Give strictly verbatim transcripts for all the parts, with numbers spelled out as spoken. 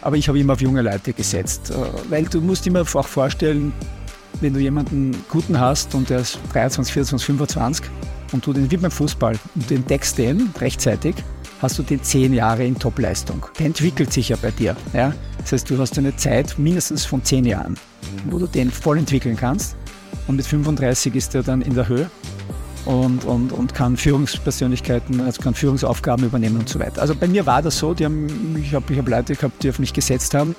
aber ich habe immer auf junge Leute gesetzt, weil du musst immer auch vorstellen, wenn du jemanden Guten hast und der ist dreiundzwanzig, vierundzwanzig, fünfundzwanzig und du den wie beim Fußball und du entdeckst den rechtzeitig, hast du den zehn Jahre in Topleistung. Der entwickelt sich ja bei dir. Ja? Das heißt, du hast eine Zeit mindestens von zehn Jahren, wo du den voll entwickeln kannst. Und mit fünfunddreißig ist er dann in der Höhe und, und, und kann Führungspersönlichkeiten, also kann Führungsaufgaben übernehmen und so weiter. Also bei mir war das so, die haben, ich habe ich hab Leute gehabt, die auf mich gesetzt haben.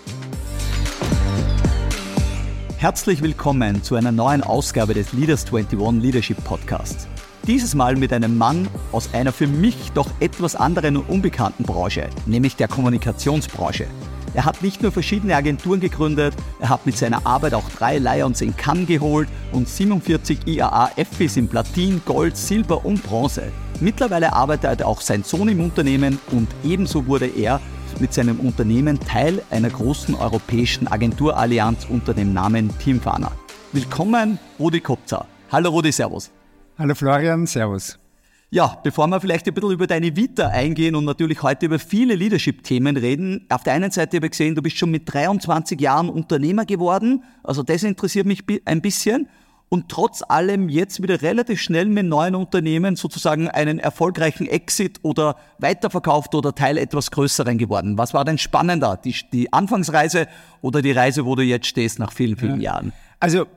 Herzlich willkommen zu einer neuen Ausgabe des Leaders einundzwanzig Leadership Podcasts. Dieses Mal mit einem Mann aus einer für mich doch etwas anderen und unbekannten Branche, nämlich der Kommunikationsbranche. Er hat nicht nur verschiedene Agenturen gegründet, er hat mit seiner Arbeit auch drei Lions in Cannes geholt und siebenundvierzig I A A Effis in Platin, Gold, Silber und Bronze. Mittlerweile arbeitet auch sein Sohn im Unternehmen und ebenso wurde er mit seinem Unternehmen Teil einer großen europäischen Agenturallianz unter dem Namen Teamfana. Willkommen, Rudi Kopzer. Hallo Rudi, servus. Hallo Florian, servus. Ja, bevor wir vielleicht ein bisschen über deine Vita eingehen und natürlich heute über viele Leadership-Themen reden, auf der einen Seite habe ich gesehen, du bist schon mit dreiundzwanzig Jahren Unternehmer geworden, also das interessiert mich ein bisschen. Und trotz allem jetzt wieder relativ schnell mit neuen Unternehmen sozusagen einen erfolgreichen Exit oder weiterverkauft oder Teil etwas Größeren geworden. Was war denn spannender? Die, die Anfangsreise oder die Reise, wo du jetzt stehst nach vielen, vielen ja. Jahren? Also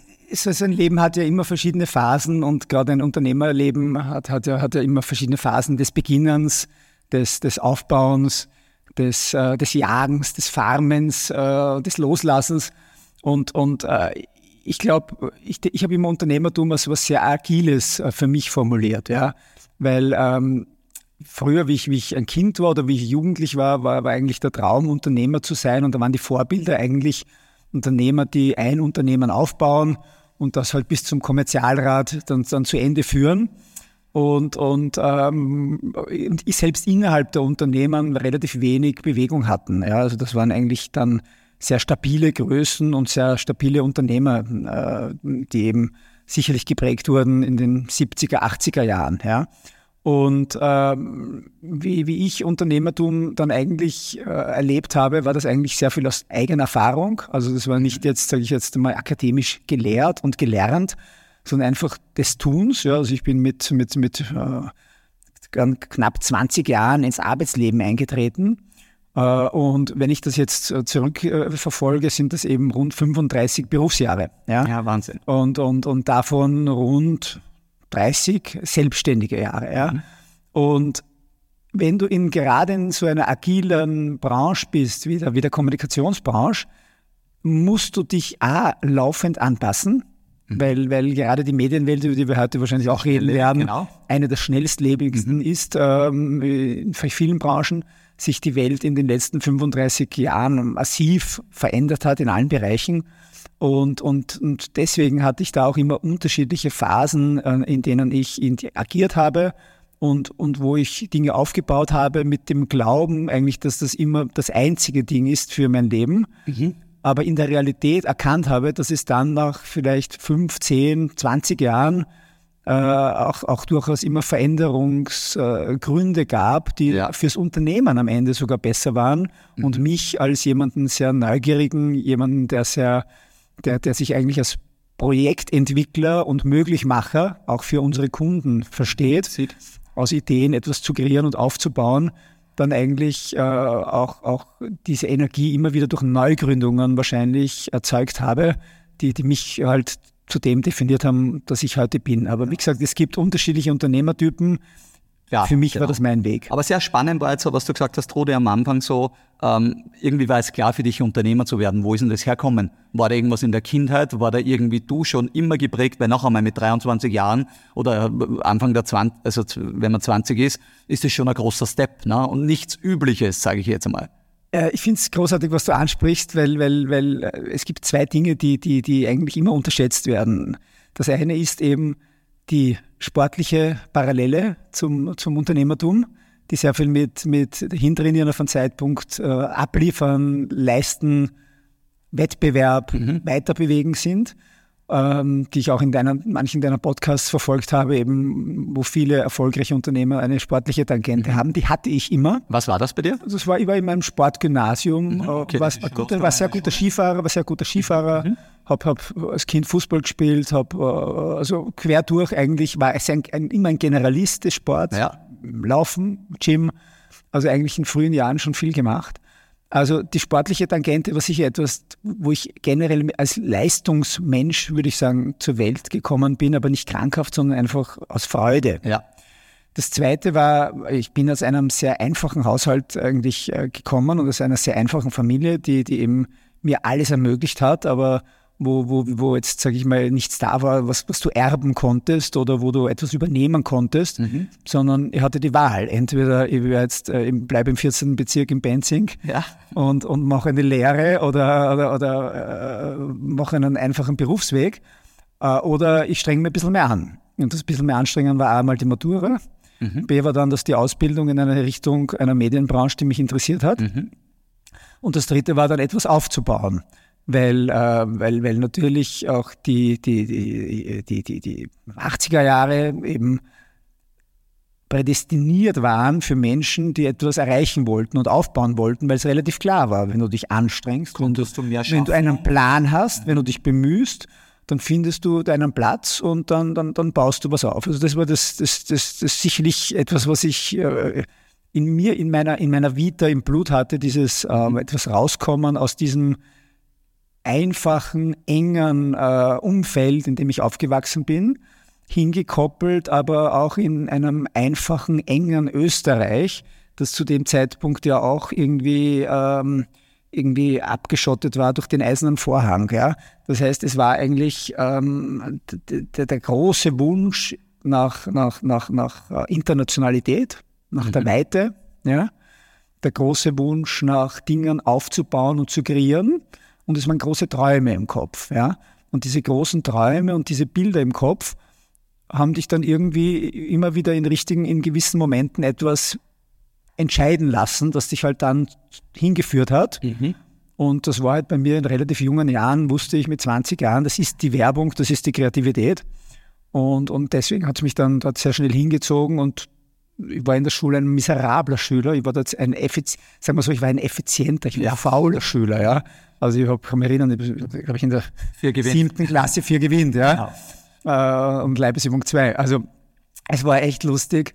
so ein Leben hat ja immer verschiedene Phasen und gerade ein Unternehmerleben hat, hat, ja, hat ja immer verschiedene Phasen des Beginnens, des, des Aufbauens, des, äh, des Jagens, des Farmens, äh, des Loslassens und, und äh, Ich glaube, ich, ich habe immer Unternehmertum als was sehr Agiles äh, für mich formuliert, ja, weil ähm, früher, wie ich, wie ich ein Kind war oder wie ich jugendlich war, war, war eigentlich der Traum, Unternehmer zu sein und da waren die Vorbilder eigentlich Unternehmer, die ein Unternehmen aufbauen und das halt bis zum Kommerzialrat dann, dann zu Ende führen und, und ähm, selbst innerhalb der Unternehmen relativ wenig Bewegung hatten, ja, also das waren eigentlich dann sehr stabile Größen und sehr stabile Unternehmer, die eben sicherlich geprägt wurden in den siebziger, achtziger Jahren. Ja. Und ähm, wie, wie ich Unternehmertum dann eigentlich äh, erlebt habe, war das eigentlich sehr viel aus eigener Erfahrung. Also das war nicht jetzt, sage ich jetzt mal, akademisch gelehrt und gelernt, sondern einfach des Tuns. Ja. Also ich bin mit, mit, mit äh, knapp zwanzig Jahren ins Arbeitsleben eingetreten. Und wenn ich das jetzt zurückverfolge, sind das eben rund fünfunddreißig Berufsjahre. Ja, ja Wahnsinn. Und, und, und davon rund dreißig selbstständige Jahre. Ja. Mhm. Und wenn du in, gerade in so einer agilen Branche bist, wie der, wie der Kommunikationsbranche, musst du dich A, laufend anpassen, mhm. weil, weil gerade die Medienwelt, über die wir heute wahrscheinlich auch reden werden, genau. eine der schnellstlebigsten mhm. ist ähm, in vielen Branchen, sich die Welt in den letzten fünfunddreißig Jahren massiv verändert hat in allen Bereichen. Und, und, und deswegen hatte ich da auch immer unterschiedliche Phasen, in denen ich agiert habe und, und wo ich Dinge aufgebaut habe mit dem Glauben eigentlich, dass das immer das einzige Ding ist für mein Leben. Mhm. Aber in der Realität erkannt habe, dass es dann nach vielleicht fünf, zehn, zwanzig Jahren Äh, auch, auch durchaus immer Veränderungsgründe äh, gab, die ja. fürs Unternehmen am Ende sogar besser waren mhm. und mich als jemanden sehr neugierigen, jemanden, der sehr, der, der sich eigentlich als Projektentwickler und Möglichmacher auch für unsere Kunden versteht, Sieht. aus Ideen etwas zu kreieren und aufzubauen, dann eigentlich äh, auch, auch diese Energie immer wieder durch Neugründungen wahrscheinlich erzeugt habe, die, die mich halt zu dem definiert haben, dass ich heute bin. Aber wie gesagt, es gibt unterschiedliche Unternehmertypen. Ja, Für mich genau. war das mein Weg. Aber sehr spannend war jetzt so, was du gesagt hast, Rudi, am Anfang so, ähm, irgendwie war es klar für dich, Unternehmer zu werden. Wo ist denn das herkommen? War da irgendwas in der Kindheit? War da irgendwie du schon immer geprägt? Weil noch einmal mit dreiundzwanzig Jahren oder Anfang der zwanzig, also wenn man zwanzig ist, ist das schon ein großer Step, ne? Und nichts Übliches, sage ich jetzt einmal. Ich finde es großartig, was du ansprichst, weil, weil, weil es gibt zwei Dinge, die, die, die eigentlich immer unterschätzt werden. Das eine ist eben die sportliche Parallele zum, zum Unternehmertum, die sehr viel mit, mit Hintrainieren auf einen Zeitpunkt, äh, abliefern, leisten, Wettbewerb, mhm. weiterbewegen sind. ähm, die ich auch in deiner, manchen deiner Podcasts verfolgt habe, eben, wo viele erfolgreiche Unternehmer eine sportliche Tangente mhm. haben, die hatte ich immer. Was war das bei dir? Das war immer in meinem Sportgymnasium, mhm. okay, war, war, gut, war sehr guter Skifahrer, war sehr guter Skifahrer, mhm. habe hab als Kind Fußball gespielt, habe also quer durch eigentlich, war es ein, ein, immer ein Generalist des Sports, ja. Laufen, Gym, also eigentlich in frühen Jahren schon viel gemacht. Also die sportliche Tangente war sicher etwas, wo ich generell als Leistungsmensch, würde ich sagen, zur Welt gekommen bin, aber nicht krankhaft, sondern einfach aus Freude. Ja. Das Zweite war, ich bin aus einem sehr einfachen Haushalt eigentlich gekommen und aus einer sehr einfachen Familie, die, die eben mir alles ermöglicht hat, aber wo, wo, wo jetzt, sage ich mal, nichts da war, was, was du erben konntest oder wo du etwas übernehmen konntest, mhm. sondern ich hatte die Wahl. Entweder ich jetzt, äh, bleibe im vierzehnten Bezirk in Benzing ja. und, und mache eine Lehre oder, oder, oder äh, mache einen einfachen Berufsweg äh, oder ich strenge mir ein bisschen mehr an. Und das bisschen mehr anstrengen war einmal die Matura. Mhm. B war dann, dass die Ausbildung in eine Richtung einer Medienbranche, die mich interessiert hat. Mhm. Und das Dritte war dann, etwas aufzubauen. Weil, äh, weil, weil natürlich auch die, die, die, die, die, die achtziger Jahre eben prädestiniert waren für Menschen, die etwas erreichen wollten und aufbauen wollten, weil es relativ klar war, wenn du dich anstrengst, wenn du, du wenn du einen Plan hast, ja. wenn du dich bemühst, dann findest du deinen Platz und dann, dann, dann baust du was auf. Also das war das, das, das, das sicherlich etwas, was ich äh, in mir, in meiner, in meiner Vita im Blut hatte, dieses äh, etwas rauskommen aus diesem einfachen, engen äh, Umfeld, in dem ich aufgewachsen bin, hingekoppelt, aber auch in einem einfachen, engen Österreich, das zu dem Zeitpunkt ja auch irgendwie, ähm, irgendwie abgeschottet war durch den eisernen Vorhang. Ja? Das heißt, es war eigentlich ähm, der, der große Wunsch nach, nach, nach, nach Internationalität, nach mhm. der Weite, ja? Der große Wunsch nach Dingen aufzubauen und zu kreieren. Und es waren große Träume im Kopf. Ja? Und diese großen Träume und diese Bilder im Kopf haben dich dann irgendwie immer wieder in richtigen, in gewissen Momenten etwas entscheiden lassen, das dich halt dann hingeführt hat. Mhm. Und das war halt bei mir in relativ jungen Jahren, wusste ich mit zwanzig Jahren, das ist die Werbung, das ist die Kreativität. Und, und deswegen hat es mich dann dort sehr schnell hingezogen und ich war in der Schule ein miserabler Schüler. Ich war dort ein Effiz- sagen wir so, ich war ein effizienter, ich war ein fauler Schüler, ja. Also ich hab, kann mich erinnern, ich habe ich in der siebten Klasse vier gewinnt, ja. ja. Äh, und Leibesübung zwei. Also es war echt lustig.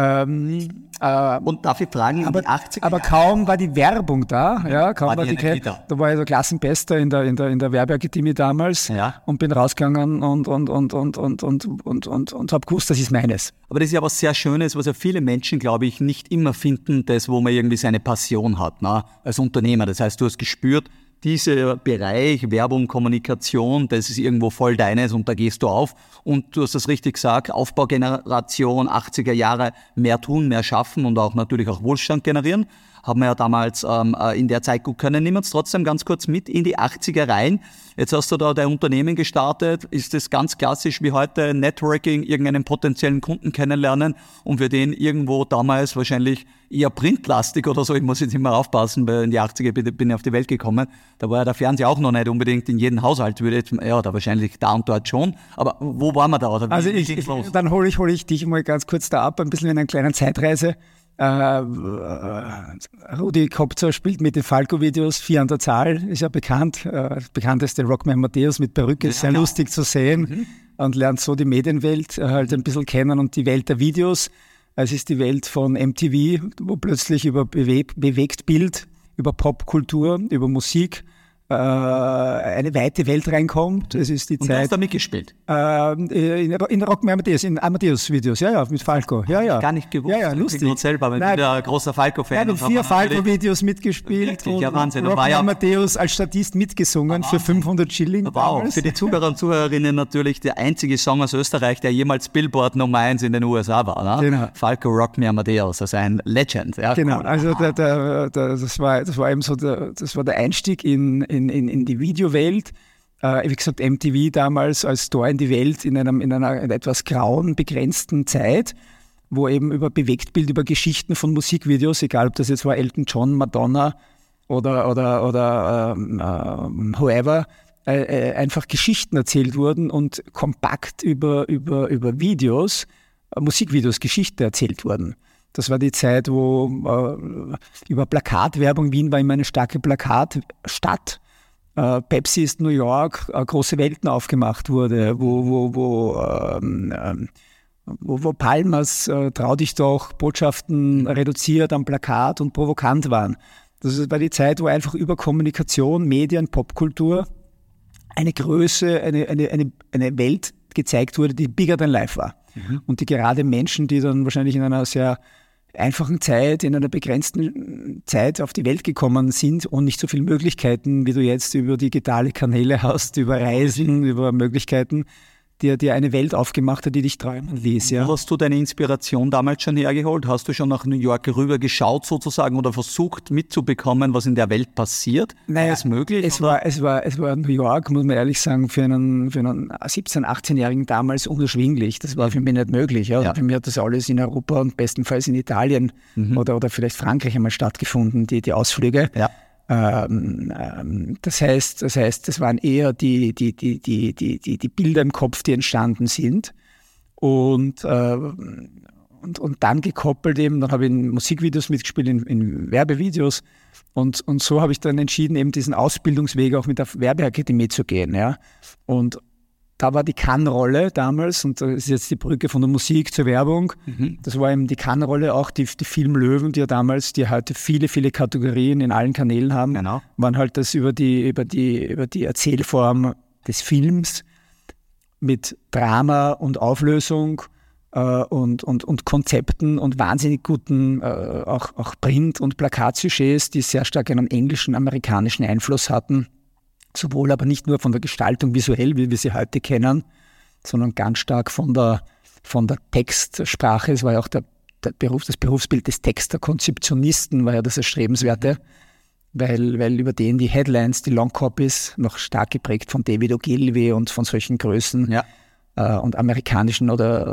Ähm, äh, und darf ich fragen, aber, aber kaum war die Werbung da, ja, kaum war, war die, die da. Da war ich so Klassenbester in der, in der, in der Werbeakademie damals ja. und bin rausgegangen und, und, und, und, und, und, und, und, und habe gewusst, das ist meines. Aber das ist ja was sehr Schönes, was ja viele Menschen, glaube ich, nicht immer finden, das, wo man irgendwie seine Passion hat, ne? Als Unternehmer. Das heißt, du hast gespürt, dieser Bereich Werbung, Kommunikation, das ist irgendwo voll deines und da gehst du auf. Und du hast das richtig gesagt, Aufbaugeneration, achtziger Jahre, mehr tun, mehr schaffen und auch natürlich auch Wohlstand generieren. Haben wir ja damals ähm, in der Zeit gut können. Nimm uns trotzdem ganz kurz mit in die achtziger rein. Jetzt hast du da dein Unternehmen gestartet. Ist das ganz klassisch wie heute Networking, irgendeinen potenziellen Kunden kennenlernen und für den irgendwo damals wahrscheinlich eher printlastig oder so. Ich muss jetzt immer aufpassen, weil in die achtziger bin ich auf die Welt gekommen. Da war ja der Fernseher auch noch nicht unbedingt in jedem Haushalt. Würde jetzt, ja, da wahrscheinlich da und dort schon. Aber wo waren wir da? Oder wie, also ich, ich, dann hole ich, hol ich dich mal ganz kurz da ab, ein bisschen in einer kleinen Zeitreise. Uh, Rudi Kopzer spielt mit den Falco-Videos, vier an der Zahl, ist ja bekannt, uh, das bekannteste Rockman Matthäus mit Perücke, ja, sehr ja. lustig zu sehen mhm. und lernt so die Medienwelt uh, halt ein bisschen kennen und die Welt der Videos. Es ist die Welt von M T V, wo plötzlich über Bewe- Bewegtbild, über Popkultur, über Musik äh, eine weite Welt reinkommt. Es ist die und Zeit. Du hast da mitgespielt? Äh, in, in Rockman Amadeus, in Amadeus-Videos, ja, ja, mit Falco. Ja, ja. Gar nicht gewusst. Ja, ja, lustig. Ich selber, weil ich bin ein großer Falco-Fan. Ich habe vier Falco-Videos mitgespielt. Wirklich? Und ja, Wahnsinn. Rockman ja Amadeus als Statist mitgesungen für fünfhundert Schilling. Wow. Damals. Für die Zuhörer und Zuhörerinnen natürlich der einzige Song aus Österreich, der jemals Billboard Nummer eins in den U S A war. Ne? Genau. Falco Rockman Amadeus, also ein Legend. Ja, genau, cool. also der, der, der, das, war, das war eben so der, das war der Einstieg in, in, in, in die Videowelt. Äh, wie gesagt, M T V damals als Tor in die Welt in, einem, in einer etwas grauen, begrenzten Zeit, wo eben über Bewegtbild, über Geschichten von Musikvideos, egal ob das jetzt war Elton John, Madonna oder, oder, oder ähm, äh, whoever, äh, einfach Geschichten erzählt wurden und kompakt über, über, über Videos, äh, Musikvideos, Geschichten erzählt wurden. Das war die Zeit, wo äh, über Plakatwerbung, Wien war immer eine starke Plakatstadt. Äh, Pepsi ist New York, äh, große Welten aufgemacht wurde, wo, wo, wo, ähm, ähm, wo, wo Palmers äh, trau dich doch Botschaften reduziert am Plakat und provokant waren. Das war die Zeit, wo einfach über Kommunikation, Medien, Popkultur eine Größe, eine, eine, eine, eine Welt gezeigt wurde, die bigger than life war. Mhm. Und die gerade Menschen, die dann wahrscheinlich in einer sehr einfachen Zeit, in einer begrenzten Zeit auf die Welt gekommen sind und nicht so viele Möglichkeiten, wie du jetzt über digitale Kanäle hast, über Reisen, über Möglichkeiten, die dir eine Welt aufgemacht hat, die dich träumen ließ. Ja. Wo hast du deine Inspiration damals schon hergeholt? Hast du schon nach New York rüber geschaut sozusagen oder versucht mitzubekommen, was in der Welt passiert? Naja, war es möglich? Es war, es, war, es war New York, muss man ehrlich sagen, für einen, für einen siebzehn-, achtzehnjährigen damals unerschwinglich. Das war für mich nicht möglich. Ja. Ja. Für mich hat das alles in Europa und bestenfalls in Italien mhm. oder, oder vielleicht Frankreich einmal stattgefunden, die, die Ausflüge. Ja. Ähm, ähm, das heißt, das heißt, das waren eher die, die, die, die, die, die, die Bilder im Kopf, die entstanden sind. Und, äh, und, und dann gekoppelt eben, dann habe ich in Musikvideos mitgespielt, in, in Werbevideos. Und, und so habe ich dann entschieden, eben diesen Ausbildungsweg auch mit der Werbeakademie zu gehen. Ja. Und da war die Cannes-Rolle damals, und das ist jetzt die Brücke von der Musik zur Werbung, mhm. das war eben die Cannes-Rolle, auch die, die Filmlöwen, die ja damals, die heute viele, viele Kategorien in allen Kanälen haben, genau. waren halt das über die, über die, über die Erzählform des Films mit Drama und Auflösung äh, und, und, und Konzepten und wahnsinnig guten äh, auch, auch Print- und Plakatsujets, die sehr stark einen englischen, amerikanischen Einfluss hatten. Sowohl aber nicht nur von der Gestaltung visuell, wie wir sie heute kennen, sondern ganz stark von der, von der Textsprache. Es war ja auch der, der Beruf, das Berufsbild des Texter-Konzeptionisten war ja das Erstrebenswerte, weil, weil über den die Headlines, die Longcopies, noch stark geprägt von David Ogilvy und von solchen Größen ja. äh, und amerikanischen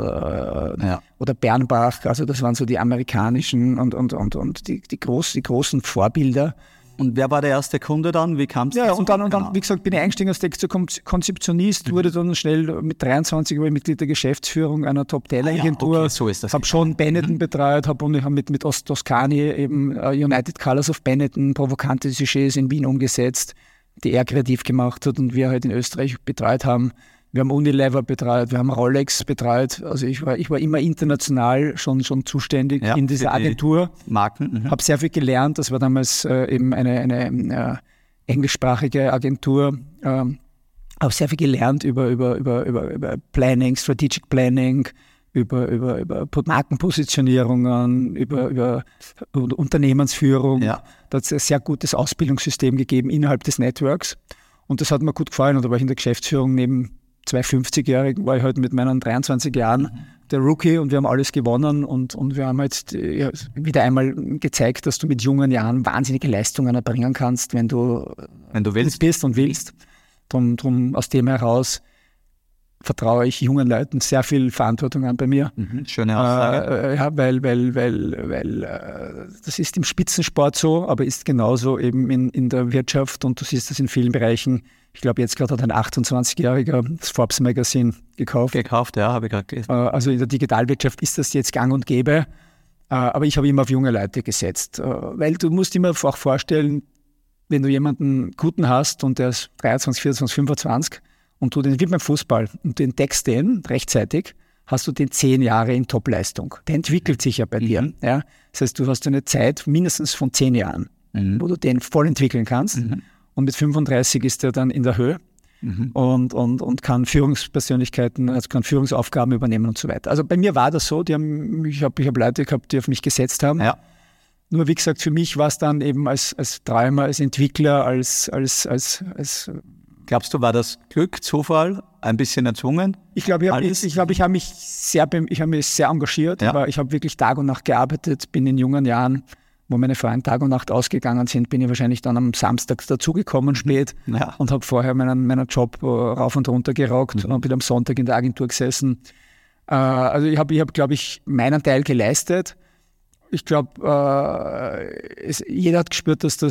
oder, äh, ja. oder Bernbach, also das waren so die amerikanischen und, und, und, und die, die, groß, die großen Vorbilder. Und wer war der erste Kunde dann? Wie kam es Ja, dazu? und dann, und dann, wie gesagt, bin ich eingestiegen als Texter-Konzeptionist, mhm. wurde dann schnell mit dreiundzwanzig war ich Mitglied der Geschäftsführung einer Top-Ten-Agentur. Ah, ja, okay, so ist das. Habe schon Benetton mhm. betreut, habe hab mit, mit Ost-Toscani eben uh, United Colors of Benetton provokante Sujets in Wien umgesetzt, die er kreativ gemacht hat und wir halt in Österreich betreut haben. Wir haben Unilever betreut, wir haben Rolex betreut. Also ich war, ich war immer international schon, schon zuständig ja, in dieser Agentur. Marken. Mhm. Habe sehr viel gelernt. Das war damals äh, eben eine, eine äh, englischsprachige Agentur. Ähm, habe sehr viel gelernt über, über, über, über, über Planning, Strategic Planning, über, über, über Markenpositionierungen, über, über Unternehmensführung. Ja. Da hat es ein sehr gutes Ausbildungssystem gegeben innerhalb des Networks. Und das hat mir gut gefallen. Und da war ich in der Geschäftsführung neben zwei fünfzigjährigen, war ich halt mit meinen dreiundzwanzig Jahren mhm. der Rookie und wir haben alles gewonnen und, und wir haben halt ja, wieder einmal gezeigt, dass du mit jungen Jahren wahnsinnige Leistungen erbringen kannst, wenn du, wenn du willst. bist und willst. Drum, drum aus dem heraus vertraue ich jungen Leuten sehr viel Verantwortung an bei mir. Mhm, schöne Aussage. Äh, ja, weil, weil, weil, weil äh, das ist im Spitzensport so, aber ist genauso eben in, in der Wirtschaft und du siehst das in vielen Bereichen. Ich glaube, jetzt gerade hat ein achtundzwanzigjähriger das Forbes Magazine gekauft. Gekauft, ja, habe ich gerade gelesen. Äh, also in der Digitalwirtschaft ist das jetzt gang und gäbe, äh, aber ich habe immer auf junge Leute gesetzt, äh, weil du musst immer auch vorstellen, wenn du jemanden Guten hast und der ist dreiundzwanzig, vierundzwanzig, fünfundzwanzig und du den wie beim Fußball und du entdeckst den rechtzeitig, hast du den zehn Jahre in Topleistung. Der entwickelt sich ja bei mhm. dir. Ja? Das heißt, du hast eine Zeit mindestens von zehn Jahren, mhm. wo du den voll entwickeln kannst. Mhm. Und mit fünfunddreißig ist er dann in der Höhe mhm. und, und, und kann Führungspersönlichkeiten, also kann Führungsaufgaben übernehmen und so weiter. Also bei mir war das so, die haben, ich habe ich hab Leute gehabt, die auf mich gesetzt haben. Ja. Nur wie gesagt, für mich war es dann eben als, als Träumer, als Entwickler, als, als, als, als Glaubst du, war das Glück, Zufall, ein bisschen erzwungen? Ich glaube, ich habe ich glaub, ich hab mich, sehr, ich hab mich sehr engagiert, ja. aber ich habe wirklich Tag und Nacht gearbeitet, bin in jungen Jahren, wo meine Freunde Tag und Nacht ausgegangen sind, bin ich wahrscheinlich dann am Samstag dazugekommen spät ja. und habe vorher meinen, meinen Job uh, rauf und runter gerockt mhm. und habe wieder am Sonntag in der Agentur gesessen. Uh, also ich habe, ich hab, glaube ich, meinen Teil geleistet. Ich glaube, uh, jeder hat gespürt, dass das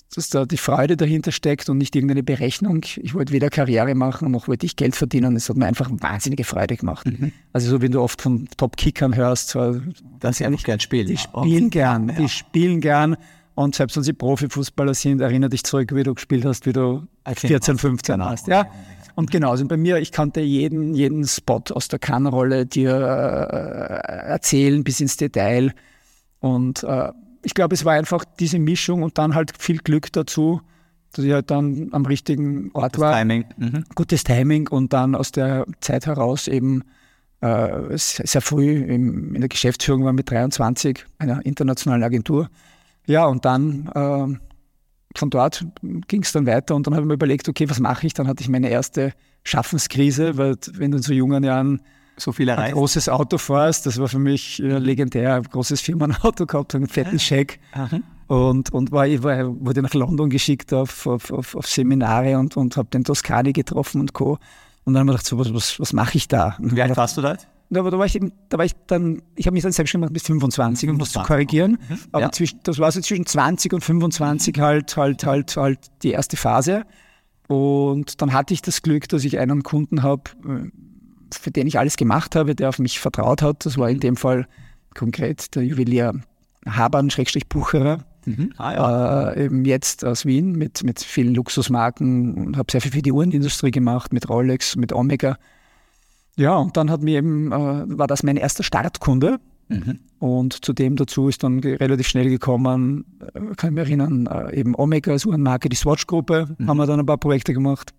dass da die Freude dahinter steckt und nicht irgendeine Berechnung. Ich wollte weder Karriere machen, noch wollte ich Geld verdienen. Es hat mir einfach wahnsinnige Freude gemacht. Mhm. Also so wie du oft von Top-Kickern hörst. Dass sie eigentlich gern spielen. Die spielen gern, ja. die spielen gern. Und selbst wenn sie Profifußballer sind, erinnere dich zurück, wie du gespielt hast, wie du vierzehn, fünfzehn warst. Ja? Und genauso bei mir, ich konnte jeden, jeden Spot aus der Kann-Rolle dir äh, erzählen bis ins Detail. Und äh, ich glaube, es war einfach diese Mischung und dann halt viel Glück dazu, dass ich halt dann am richtigen Ort Gutes war. Timing. Mhm. Gutes Timing und dann aus der Zeit heraus eben äh, sehr früh im, in der Geschäftsführung war mit dreiundzwanzig einer internationalen Agentur. Ja, und dann äh, von dort ging es dann weiter und dann habe ich mir überlegt, okay, was mache ich? Dann hatte ich meine erste Schaffenskrise, weil wenn du in so jungen Jahren so viel erreicht. Ein großes Auto fährst, das war für mich äh, legendär, ein großes Firmenauto gehabt, einen fetten Scheck. Aha. Und, und war, ich war, wurde nach London geschickt auf, auf, auf, auf Seminare und, und habe den Toscani getroffen und Co. Und dann habe ich gedacht, so, was, was, was mache ich da? Wie alt warst du da? Da, da, war ich eben, da war ich dann, ich habe mich dann selbstständig gemacht bis fünfundzwanzig, um das zu korrigieren. Mhm. Aber ja. zwischen, das war so zwischen zwanzig und fünfundzwanzig halt, halt, halt, halt die erste Phase. Und dann hatte ich das Glück, dass ich einen Kunden habe, für den ich alles gemacht habe, der auf mich vertraut hat. Das war in dem Fall konkret der Juwelier Habern-Bucherer. Mhm. Ah, ja. äh, eben jetzt aus Wien mit, mit vielen Luxusmarken und habe sehr viel für die Uhrenindustrie gemacht, mit Rolex, mit Omega. Ja, und dann hat mir eben, äh, war das mein erster Startkunde. Mhm. Und zudem dazu ist dann relativ schnell gekommen, äh, kann ich mich erinnern, äh, eben Omega als Uhrenmarke, die Swatch-Gruppe, mhm. haben wir dann ein paar Projekte gemacht.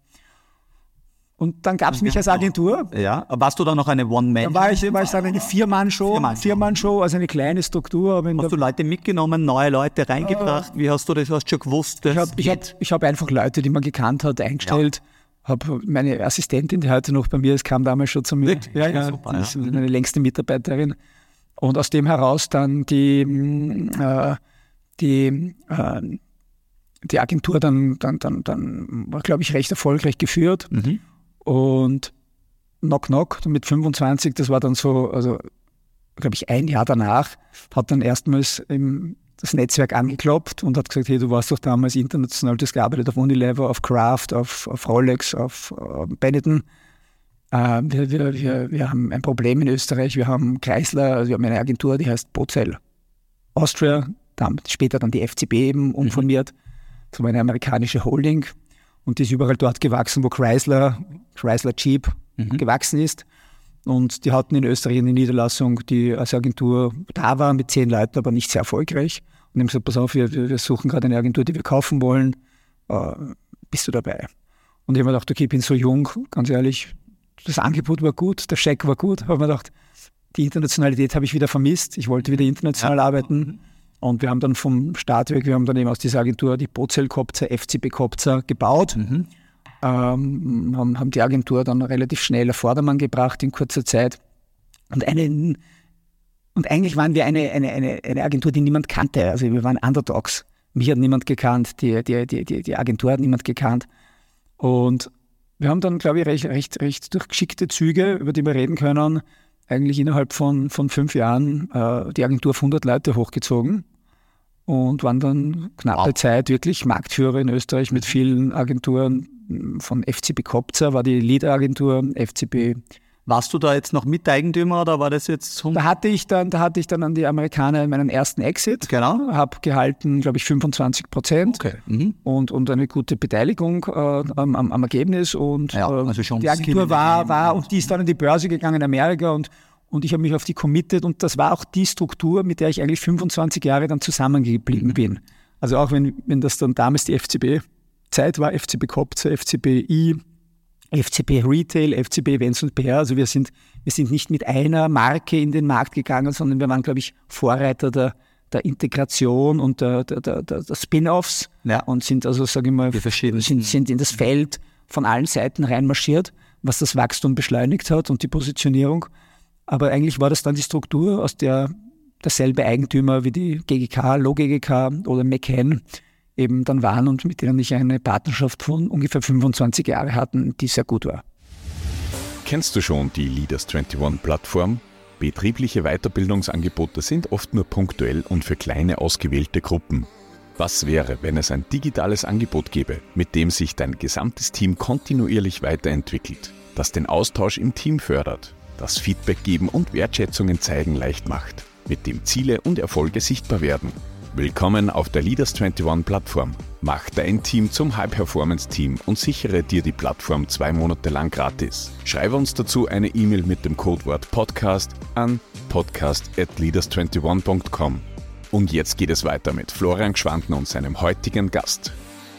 Und dann gab es mich als Agentur. Ja, warst du dann noch eine One-Man? Da war ich, war ich dann eine Vier-Mann-Show, Vier-Mann-Show. Vier-Mann-Show, also eine kleine Struktur. Aber hast du Leute mitgenommen, neue Leute reingebracht? Äh, Wie hast du das, hast du schon gewusst? Ich habe ich hab, ich hab einfach Leute, die man gekannt hat, eingestellt. Ja. Habe meine Assistentin, die heute noch bei mir ist, kam damals schon zu mir. Wirklich? Ja, ja, super, das ja. ist meine längste Mitarbeiterin. Und aus dem heraus dann die, äh, die, äh, die Agentur dann, dann, dann, dann war, glaube ich, recht erfolgreich geführt. Mhm. Und Knock Knock mit fünfundzwanzig, das war dann so, also glaube ich ein Jahr danach, hat dann erstmals im, das Netzwerk angeklopft und hat gesagt, hey, du warst doch damals international, du hast gearbeitet auf Unilever, auf Kraft, auf, auf Rolex, auf uh, Benetton. Uh, wir, wir, wir, wir haben ein Problem in Österreich, wir haben Chrysler, also wir haben eine Agentur, die heißt Bozell Austria, dann, später dann die F C B eben umformiert, mhm. so eine amerikanische Holding. Und die ist überall dort gewachsen, wo Chrysler, Chrysler Jeep mhm. gewachsen ist. Und die hatten in Österreich eine Niederlassung, die als Agentur da war mit zehn Leuten, aber nicht sehr erfolgreich. Und haben gesagt, pass auf, wir, wir suchen gerade eine Agentur, die wir kaufen wollen. Äh, bist du dabei? Und ich habe mir gedacht, okay, ich bin so jung, ganz ehrlich, das Angebot war gut, der Scheck war gut. Aber ich habe mir gedacht, die Internationalität habe ich wieder vermisst. Ich wollte wieder international ja. arbeiten. Und wir haben dann vom Start weg, wir haben dann eben aus dieser Agentur die Bozell Kopzer, F C B Kopzer gebaut, mhm. ähm, haben, haben die Agentur dann relativ schnell auf Vordermann gebracht in kurzer Zeit. Und, eine, und eigentlich waren wir eine, eine, eine, eine Agentur, die niemand kannte. Also wir waren Underdogs. Mich hat niemand gekannt, die, die, die, die, die Agentur hat niemand gekannt. Und wir haben dann, glaube ich, recht, recht, recht durch geschickte Züge, über die wir reden können, eigentlich innerhalb von, von fünf Jahren äh, die Agentur auf hundert Leute hochgezogen und waren dann knappe wow. Zeit wirklich Marktführer in Österreich mit vielen Agenturen. Von F C B Kopzer war die Lead-Agentur, F C B. Warst du da jetzt noch Miteigentümer oder war das jetzt? Da hatte ich dann, da hatte ich dann an die Amerikaner meinen ersten Exit. Genau. Habe gehalten, glaube ich, fünfundzwanzig Prozent okay. mhm. und, und eine gute Beteiligung äh, am, am Ergebnis. Und ja, also schon die Agentur war, war und die ist dann in die Börse gegangen in Amerika und, und ich habe mich auf die committed und das war auch die Struktur, mit der ich eigentlich fünfundzwanzig Jahre dann zusammengeblieben mhm. bin. Also auch wenn, wenn das dann damals die F C B-Zeit war, F C B Kopzer, F C B I, F C B Retail, F C B Events und P R. Also wir sind, wir sind nicht mit einer Marke in den Markt gegangen, sondern wir waren, glaube ich, Vorreiter der, der Integration und der, der, der, der Spin-Offs ja. und sind also, sage ich mal, sind, sind in das Feld von allen Seiten reinmarschiert, was das Wachstum beschleunigt hat und die Positionierung. Aber eigentlich war das dann die Struktur, aus der derselbe Eigentümer wie die G G K, Lo G G K oder McCann eben dann waren und mit denen ich eine Partnerschaft von ungefähr fünfundzwanzig Jahren hatten, die sehr gut war. Kennst du schon die Leaders einundzwanzig-Plattform? Betriebliche Weiterbildungsangebote sind oft nur punktuell und für kleine ausgewählte Gruppen. Was wäre, wenn es ein digitales Angebot gäbe, mit dem sich dein gesamtes Team kontinuierlich weiterentwickelt, das den Austausch im Team fördert, das Feedback geben und Wertschätzungen zeigen leicht macht, mit dem Ziele und Erfolge sichtbar werden? Willkommen auf der Leaders einundzwanzig Plattform. Mach dein Team zum High-Performance-Team und sichere dir die Plattform zwei Monate lang gratis. Schreibe uns dazu eine E-Mail mit dem Codewort Podcast an podcast at leaders einundzwanzig punkt com. Und jetzt geht es weiter mit Florian Gschwandner und seinem heutigen Gast.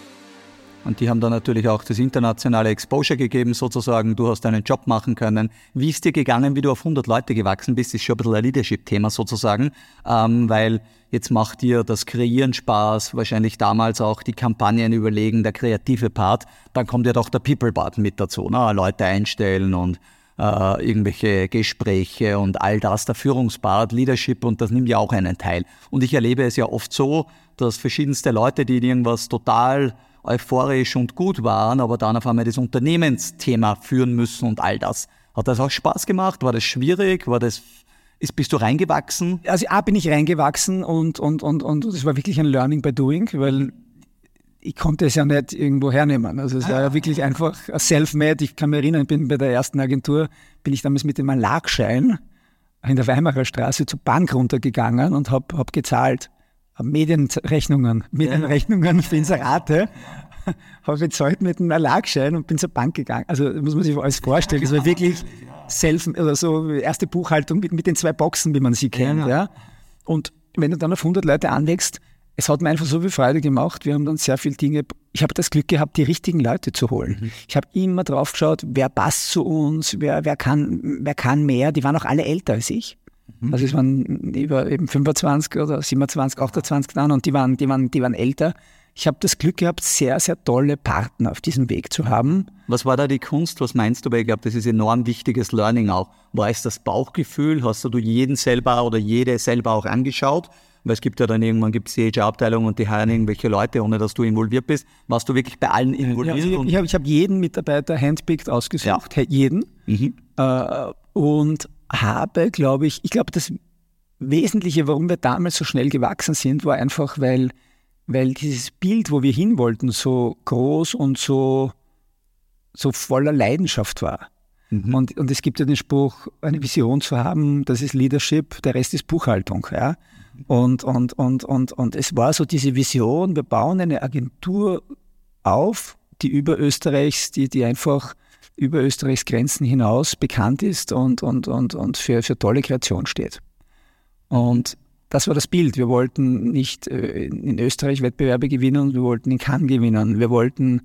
Und die haben dann natürlich auch das internationale Exposure gegeben sozusagen. Du hast deinen Job machen können. Wie ist dir gegangen, wie du auf hundert Leute gewachsen bist? Ist schon ein bisschen ein Leadership-Thema sozusagen, ähm, weil jetzt macht dir das Kreieren Spaß, wahrscheinlich damals auch die Kampagnen überlegen, der kreative Part. Dann kommt ja doch der People-Part mit dazu, ne? Leute einstellen und äh, irgendwelche Gespräche und all das, der Führungspart, Leadership, und das nimmt ja auch einen Teil. Und ich erlebe es ja oft so, dass verschiedenste Leute, die in irgendwas total euphorisch und gut waren, aber dann auf einmal das Unternehmensthema führen müssen und all das. Hat das auch Spaß gemacht? War das schwierig? War das, ist, bist du reingewachsen? Also A, bin ich reingewachsen und und und und es war wirklich ein Learning by Doing, weil ich konnte es ja nicht irgendwo hernehmen. Also es war ja wirklich einfach self-made. Ich kann mich erinnern, ich bin bei der ersten Agentur, bin ich damals mit dem Anlagschein in der Weimarer Straße zur Bank runtergegangen und habe hab gezahlt. Medienrechnungen, Medienrechnungen für Inserate, habe ich bezahlt mit einem Erlagschein und bin zur Bank gegangen. Also muss man sich alles vorstellen. Das war wirklich self, oder so erste Buchhaltung mit, mit den zwei Boxen, wie man sie kennt. Ja. Und wenn du dann auf hundert Leute anwächst, es hat mir einfach so viel Freude gemacht. Wir haben dann sehr viele Dinge, ich habe das Glück gehabt, die richtigen Leute zu holen. Mhm. Ich habe immer drauf geschaut, wer passt zu uns, wer, wer, kann, wer kann mehr. Die waren auch alle älter als ich. Also es waren über eben fünfundzwanzig oder siebenundzwanzig, achtundzwanzig dann und die waren, die waren, die waren älter. Ich habe das Glück gehabt, sehr, sehr tolle Partner auf diesem Weg zu haben. Was war da die Kunst? Was meinst du? Weil ich glaube, das ist enorm wichtiges Learning auch. War es das Bauchgefühl? Hast du jeden selber oder jede selber auch angeschaut? Weil es gibt ja dann irgendwann gibt's die H R-Abteilung und die heiren irgendwelche Leute, ohne dass du involviert bist. Warst du wirklich bei allen involviert? Ja, also ich habe ich hab jeden Mitarbeiter handpicked ausgesucht, ja. jeden. Mhm. Äh, und habe, glaube ich, ich glaube, das Wesentliche, warum wir damals so schnell gewachsen sind, war einfach, weil, weil dieses Bild, wo wir hin wollten, so groß und so, so voller Leidenschaft war. Mhm. Und, und es gibt ja den Spruch, eine Vision zu haben, das ist Leadership, der Rest ist Buchhaltung. Ja? Und, und, und, und, und es war so diese Vision, wir bauen eine Agentur auf, die über Österreichs, die, die einfach über Österreichs Grenzen hinaus bekannt ist und, und, und, und für, für tolle Kreation steht. Und das war das Bild. Wir wollten nicht in Österreich Wettbewerbe gewinnen, wir wollten in Cannes gewinnen. Wir wollten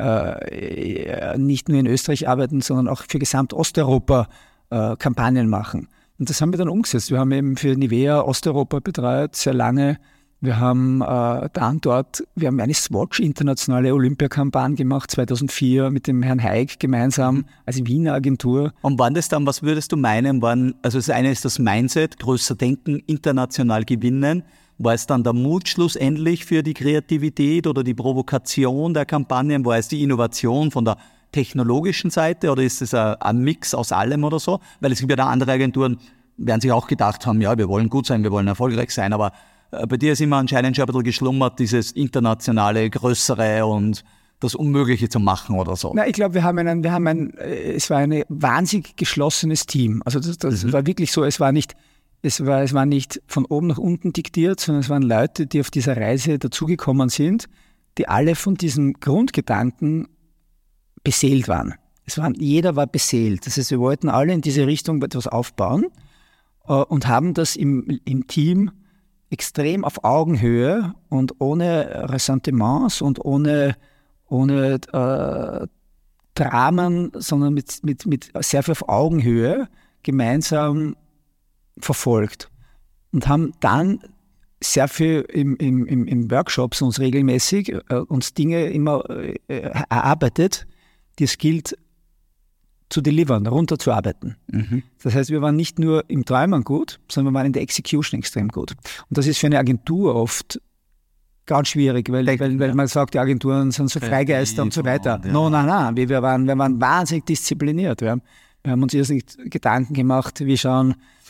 äh, nicht nur in Österreich arbeiten, sondern auch für Gesamt-Osteuropa äh, Kampagnen machen. Und das haben wir dann umgesetzt. Wir haben eben für Nivea Osteuropa betreut, sehr lange. Wir haben äh, dann dort, wir haben eine Swatch internationale Olympiakampagne gemacht, zweitausendvier mit dem Herrn Haig gemeinsam als Wiener Agentur. Und waren das dann, was würdest du meinen, waren, also das eine ist das Mindset, größer denken, international gewinnen. War es dann der Mut schlussendlich für die Kreativität oder die Provokation der Kampagnen? War es die Innovation von der technologischen Seite oder ist es ein, ein Mix aus allem oder so? Weil es gibt ja da andere Agenturen, werden sich auch gedacht haben, ja, wir wollen gut sein, wir wollen erfolgreich sein, aber bei dir ist immer anscheinend schon ein bisschen geschlummert, dieses internationale, größere und das Unmögliche zu machen oder so. Na, ich glaube, wir haben einen, wir haben ein, es war ein wahnsinnig geschlossenes Team. Also das, das mhm. war wirklich so, es war nicht, es war, es war nicht von oben nach unten diktiert, sondern es waren Leute, die auf dieser Reise dazugekommen sind, die alle von diesem Grundgedanken beseelt waren. Es waren, jeder war beseelt. Das heißt, wir wollten alle in diese Richtung etwas aufbauen äh, und haben das im, im Team extrem auf Augenhöhe und ohne Ressentiments und ohne, ohne äh, Dramen, sondern mit, mit, mit sehr viel auf Augenhöhe gemeinsam verfolgt. Und haben dann sehr viel im, im, im, im Workshops uns regelmäßig äh, uns Dinge immer äh, erarbeitet, die es gilt zu delivern, runterzuarbeiten. Mhm. Das heißt, wir waren nicht nur im Träumen gut, sondern wir waren in der Execution extrem gut. Und das ist für eine Agentur oft ganz schwierig, weil, weil, weil man sagt, die Agenturen sind so Freigeister und so weiter. Ja. No, nein, nein, wir, wir, waren, wir waren wahnsinnig diszipliniert. Wir haben, wir haben uns irrsinnig Gedanken gemacht, wie schauen,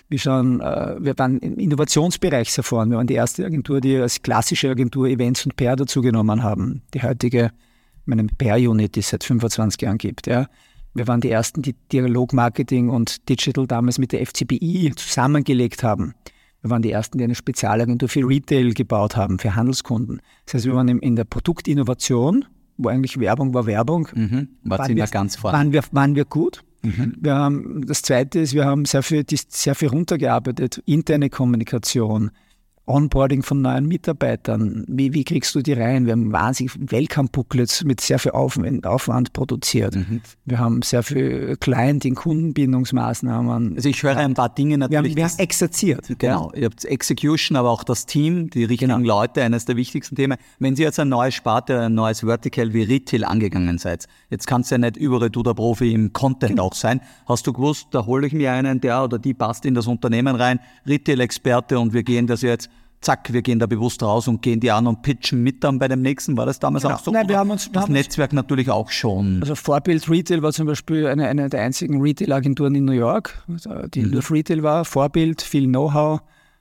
Wir, schauen, äh, wir waren im Innovationsbereich sehr vorn. Wir waren die erste Agentur, die als klassische Agentur Events und P R dazu genommen haben. Die heutige, meine P R-Unit, die es seit fünfundzwanzig Jahren gibt. Ja. Wir waren die ersten, die Dialogmarketing und Digital damals mit der F C B I zusammengelegt haben. Wir waren die ersten, die eine Spezialagentur für Retail gebaut haben, für Handelskunden. Das heißt, wir waren in der Produktinnovation, wo eigentlich Werbung war Werbung. Mhm. War waren, wir, ganz vorne. Waren, wir, waren wir gut. Mhm. Wir haben, das Zweite ist, wir haben sehr viel, sehr viel runtergearbeitet, interne Kommunikation, Onboarding von neuen Mitarbeitern, wie, wie kriegst du die rein? Wir haben wahnsinnig Welcome-Booklets mit sehr viel Aufwand, Aufwand produziert. Mhm. Wir haben sehr viel Client- und Kundenbindungsmaßnahmen. Also ich höre ein paar Dinge natürlich. Wir haben, wir haben exerziert. Genau, ihr habt Execution, aber auch das Team, die richtigen genau. Leute, eines der wichtigsten Themen. Wenn Sie jetzt eine neue Sparte, ein neues Vertical wie Retail angegangen seid, jetzt kannst du ja nicht überall du der Profi im Content genau. auch sein. Hast du gewusst, da hole ich mir einen, der oder die passt in das Unternehmen rein, Retail-Experte und wir gehen das jetzt zack, wir gehen da bewusst raus und gehen die an und pitchen mit dann bei dem nächsten. War das damals genau. auch so? Nein, wir haben uns, wir das haben Netzwerk uns, natürlich auch schon. Also Vorbild Retail war zum Beispiel eine, eine der einzigen Retail-Agenturen in New York, die mhm. nur auf Retail war. Vorbild, viel Know-how.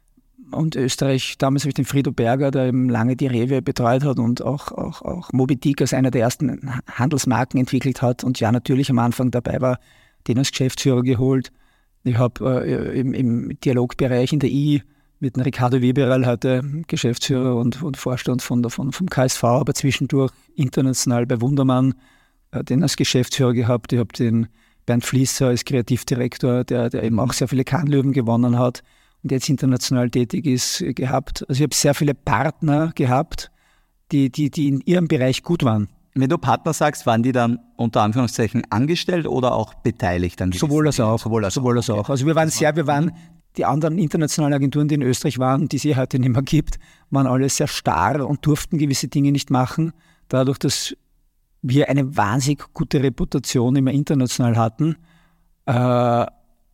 Und Österreich, damals habe ich den Frido Berger, der eben lange die Rewe betreut hat und auch, auch, auch Moby Dick als einer der ersten Handelsmarken entwickelt hat und ja natürlich am Anfang dabei war, den als Geschäftsführer geholt. Ich habe äh, im, im Dialogbereich in der I mit dem Ricardo Weberal heute Geschäftsführer und, und Vorstand von der, von, vom K S V, aber zwischendurch international bei Wundermann äh, den als Geschäftsführer gehabt. Ich habe den Bernd Fließer als Kreativdirektor, der, der eben auch sehr viele Cannes-Löwen gewonnen hat und jetzt international tätig ist, gehabt. Also ich habe sehr viele Partner gehabt, die, die, die in ihrem Bereich gut waren. Wenn du Partner sagst, waren die dann unter Anführungszeichen angestellt oder auch beteiligt? An sowohl als auch. Sowohl als, Sowohl als auch. auch. Also wir waren sehr, wir waren die anderen internationalen Agenturen, die in Österreich waren, die es hier heute nicht mehr gibt, waren alle sehr starr und durften gewisse Dinge nicht machen. Dadurch, dass wir eine wahnsinnig gute Reputation immer international hatten, äh, habe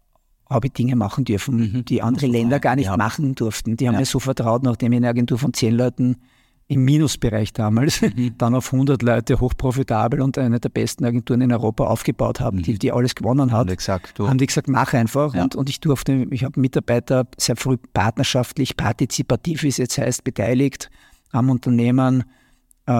ich Dinge machen dürfen, mhm. die andere also, Länder gar nicht ja. machen durften. Die haben ja. mir so vertraut, nachdem ich eine Agentur von zehn Leuten im Minusbereich damals, mhm. dann auf hundert Leute hochprofitabel und eine der besten Agenturen in Europa aufgebaut haben, mhm. die, die alles gewonnen hat, gesagt, haben die gesagt, mach einfach. Ja. Und, und ich durfte, ich habe Mitarbeiter sehr früh partnerschaftlich, partizipativ, wie es jetzt heißt, beteiligt am Unternehmen, äh,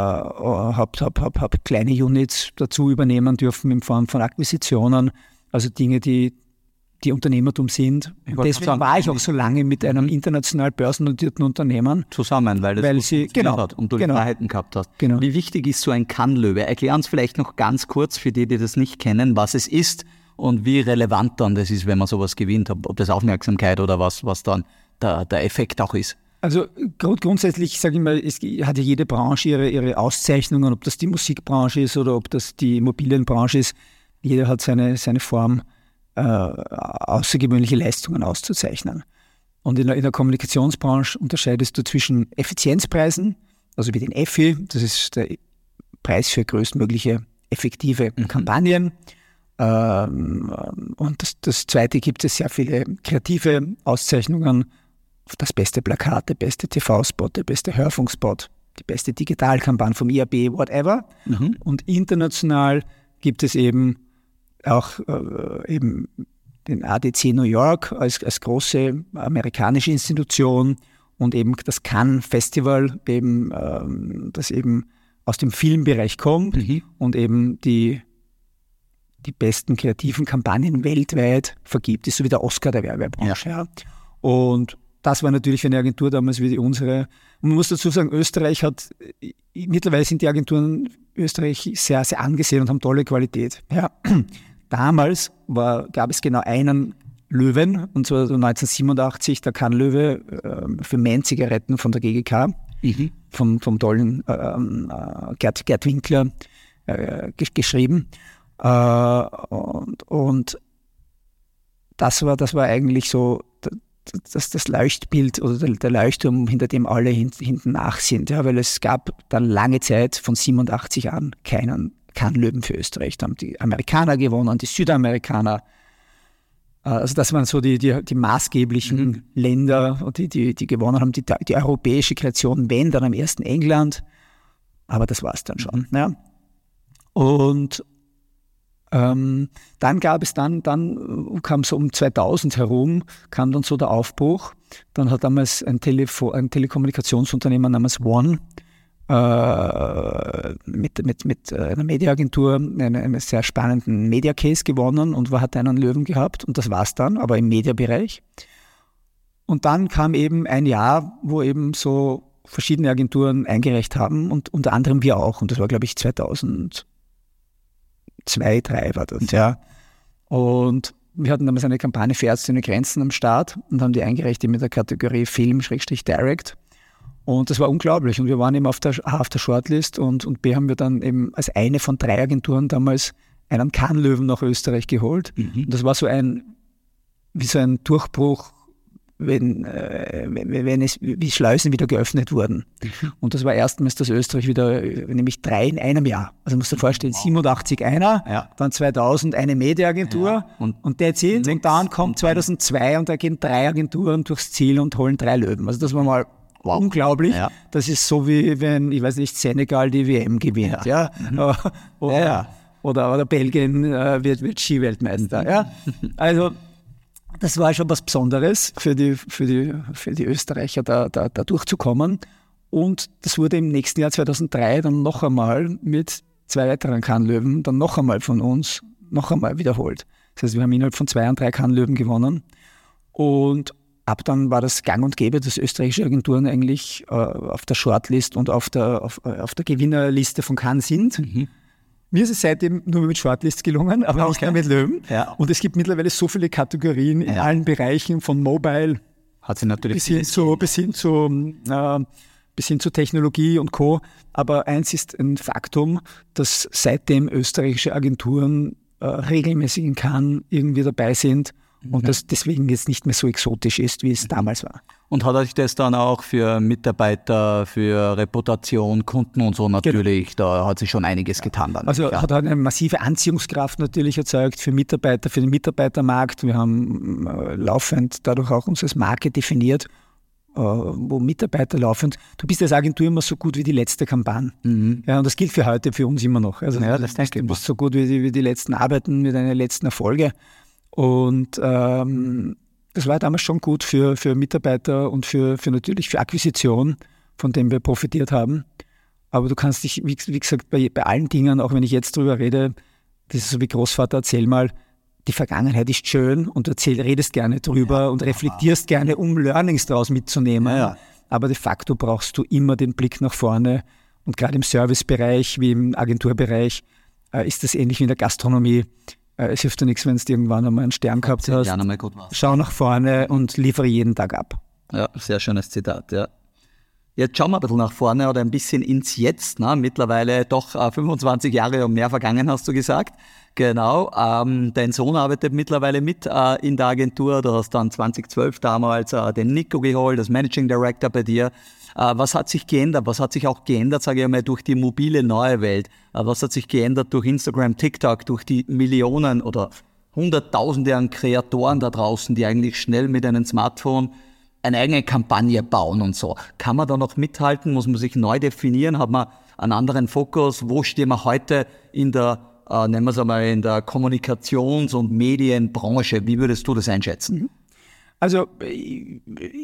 habe hab, hab, hab kleine Units dazu übernehmen dürfen in Form von Akquisitionen, also Dinge, die die Unternehmertum sind. Deswegen sagen, war ich auch so lange mit einem international börsennotierten Unternehmen. Zusammen, weil, das weil sie genau, hat und du genau, die Freiheiten gehabt hast. Genau. Wie wichtig ist so ein Cannes-Löwe? Erklär uns vielleicht noch ganz kurz, für die, die das nicht kennen, was es ist und wie relevant dann das ist, wenn man sowas gewinnt, ob das Aufmerksamkeit oder was, was dann der, der Effekt auch ist. Also grund, grundsätzlich, sage ich mal, es hat ja jede Branche ihre, ihre Auszeichnungen, ob das die Musikbranche ist oder ob das die Immobilienbranche ist. Jeder hat seine, seine Form, Äh, außergewöhnliche Leistungen auszuzeichnen. Und in der, in der Kommunikationsbranche unterscheidest du zwischen Effizienzpreisen, also wie den Effi, das ist der Preis für größtmögliche effektive mhm. Kampagnen. Ähm, und das, das Zweite gibt es sehr viele kreative Auszeichnungen, das beste Plakat, der beste T V-Spot, der beste Hörfunkspot, die beste Digitalkampagne vom I A B, whatever. Mhm. Und international gibt es eben auch äh, eben den A D C New York als, als große amerikanische Institution und eben das Cannes Festival, eben, ähm, das eben aus dem Filmbereich kommt mhm. und eben die, die besten kreativen Kampagnen weltweit vergibt. Das ist so wie der Oscar der Werbebranche. Ja. Ja. Und das war natürlich für eine Agentur damals wie die unsere. Und man muss dazu sagen, Österreich hat, mittlerweile sind die Agenturen Österreich sehr, sehr angesehen und haben tolle Qualität. Ja. Damals war, gab es genau einen Löwen, und zwar neunzehnhundertsiebenundachtzig, der Cannes-Löwe äh, für Main-Zigaretten von der G G K, mhm. vom, vom tollen äh, äh, Gerd, Gerd Winkler äh, geschrieben. Äh, und, und das war, das war eigentlich so das, das Leuchtbild oder der, der Leuchtturm, hinter dem alle hint, hinten nach sind. Ja, weil es gab dann lange Zeit von siebenundachtzig an keinen Cannes-Löwen für Österreich. Da haben die Amerikaner gewonnen, die Südamerikaner. Also das waren so die, die, die maßgeblichen mhm. Länder, die, die, die gewonnen haben. Die, die europäische Kreation, wenn, dann am ersten England. Aber das war es dann schon. Mhm. Ja. Und Ähm, dann gab es dann, dann kam so um zweitausend herum, kam dann so der Aufbruch. Dann hat damals ein, Telefo- ein Telekommunikationsunternehmen namens One äh, mit, mit, mit einer Mediaagentur einen, einen sehr spannenden Media-Case gewonnen und hat einen Löwen gehabt. Und das war es dann, aber im Mediabereich. Und dann kam eben ein Jahr, wo eben so verschiedene Agenturen eingereicht haben und unter anderem wir auch. Und das war, glaube ich, zweitausendzwei, zweitausenddrei war das, ja. Und wir hatten damals eine Kampagne für Ärzte ohne Grenzen am Start und haben die eingereicht mit der Kategorie Film-Direct. Und das war unglaublich. Und wir waren eben auf der, A, auf der Shortlist und, und B haben wir dann eben als eine von drei Agenturen damals einen Cannes-Löwen nach Österreich geholt. Mhm. Und das war so ein, wie so ein Durchbruch, wenn, äh, wenn, wenn es, wie Schleusen wieder geöffnet wurden. Mhm. Und das war erstmals, dass Österreich wieder, nämlich drei in einem Jahr. Also musst du dir vorstellen, wow. siebenundachtzig einer, ja. Dann zweitausend eine Mediaagentur ja. und, und that's it. Und dann kommt zweitausendzwei und da gehen drei Agenturen durchs Ziel und holen drei Löwen. Also das war mal wow. unglaublich. Ja. Das ist so wie wenn, ich weiß nicht, Senegal die W M gewinnt. Ja. Ja. Mhm. Oder, ja. Oder, oder Belgien äh, wird, wird Skiweltmeister. Ja. Also das war schon was Besonderes für die, für die, für die Österreicher, da, da, da durchzukommen. Und das wurde im nächsten Jahr zweitausenddrei dann noch einmal mit zwei weiteren Cannes-Löwen, dann noch einmal von uns, noch einmal wiederholt. Das heißt, wir haben innerhalb von zwei und drei Cannes-Löwen gewonnen. Und ab dann war das gang und gäbe, dass österreichische Agenturen eigentlich äh, auf der Shortlist und auf der, auf, auf der Gewinnerliste von Cannes sind. Mhm. Mir ist es seitdem nur mit Shortlists gelungen, aber auch okay. mit Löwen. Ja. Und es gibt mittlerweile so viele Kategorien in ja. allen Bereichen, von Mobile Hat sie natürlich bis, hin zu, bis, hin zu, äh, bis hin zu Technologie und Co. Aber eins ist ein Faktum, dass seitdem österreichische Agenturen äh, regelmäßig in Cannes irgendwie dabei sind und okay. das deswegen jetzt nicht mehr so exotisch ist, wie es damals war. Und hat euch das dann auch für Mitarbeiter, für Reputation, Kunden und so natürlich, genau. Da hat sich schon einiges getan dann. Also ja. hat eine massive Anziehungskraft natürlich erzeugt für Mitarbeiter, für den Mitarbeitermarkt. Wir haben äh, laufend dadurch auch unser Marke definiert, äh, wo Mitarbeiter laufend, du bist als Agentur immer so gut wie die letzte Kampagne. Mhm. Ja, und das gilt für heute für uns immer noch. Also ja, das denke ich. Du bist so gut wie die, wie die letzten Arbeiten, wie deine letzten Erfolge. Und ähm, das war damals schon gut für, für Mitarbeiter und für, für natürlich für Akquisition, von dem wir profitiert haben. Aber du kannst dich, wie, wie gesagt, bei, bei allen Dingen, auch wenn ich jetzt drüber rede, das ist so wie Großvater, erzähl mal, die Vergangenheit ist schön und du erzähl, redest gerne drüber ja, und reflektierst aber. gerne, um Learnings daraus mitzunehmen. Ja, ja. Aber de facto brauchst du immer den Blick nach vorne. Und gerade im Servicebereich wie im Agenturbereich äh, ist das ähnlich wie in der Gastronomie. Es hilft dir nichts, wenn du irgendwann einmal einen Stern gehabt hast. Ja, gut Schau nach vorne und liefere jeden Tag ab. Ja, sehr schönes Zitat, ja. Jetzt schauen wir ein bisschen nach vorne oder ein bisschen ins Jetzt. Ne? Mittlerweile doch äh, fünfundzwanzig Jahre und mehr vergangen, hast du gesagt. Genau. Ähm, dein Sohn arbeitet mittlerweile mit äh, in der Agentur. Du hast dann zweitausendzwölf damals äh, den Nico geholt, das Managing Director bei dir. Äh, was hat sich geändert? Was hat sich auch geändert, sage ich einmal, durch die mobile neue Welt? Äh, was hat sich geändert durch Instagram, TikTok, durch die Millionen oder Hunderttausende an Kreatoren da draußen, die eigentlich schnell mit einem Smartphone eine eigene Kampagne bauen und so? Kann man da noch mithalten? Muss man sich neu definieren? Hat man einen anderen Fokus? Wo stehen wir heute in der, äh, nennen wir es einmal, in der Kommunikations- und Medienbranche? Wie würdest du das einschätzen? Also ich,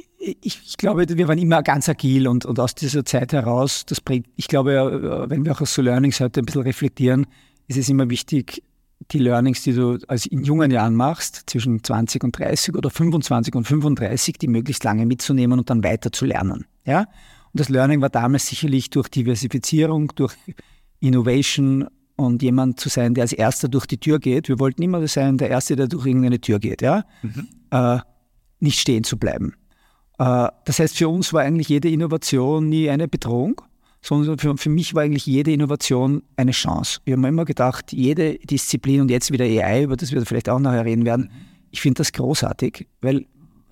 ich glaube, wir waren immer ganz agil und, und aus dieser Zeit heraus, das bringt, ich glaube, wenn wir auch aus so Learnings heute ein bisschen reflektieren, ist es immer wichtig, die Learnings, die du also in jungen Jahren machst, zwischen zwanzig und dreißig oder fünfundzwanzig und fünfunddreißig, die möglichst lange mitzunehmen und dann weiter zu lernen. Ja? Und das Learning war damals sicherlich durch Diversifizierung, durch Innovation und jemand zu sein, der als Erster durch die Tür geht. Wir wollten immer sein, der Erste, der durch irgendeine Tür geht. Ja? Mhm. Äh, nicht stehen zu bleiben. Äh, das heißt, für uns war eigentlich jede Innovation nie eine Bedrohung, sondern für, für mich war eigentlich jede Innovation eine Chance. Wir haben immer gedacht, jede Disziplin und jetzt wieder A I, über das wir vielleicht auch nachher reden werden, ich finde das großartig, weil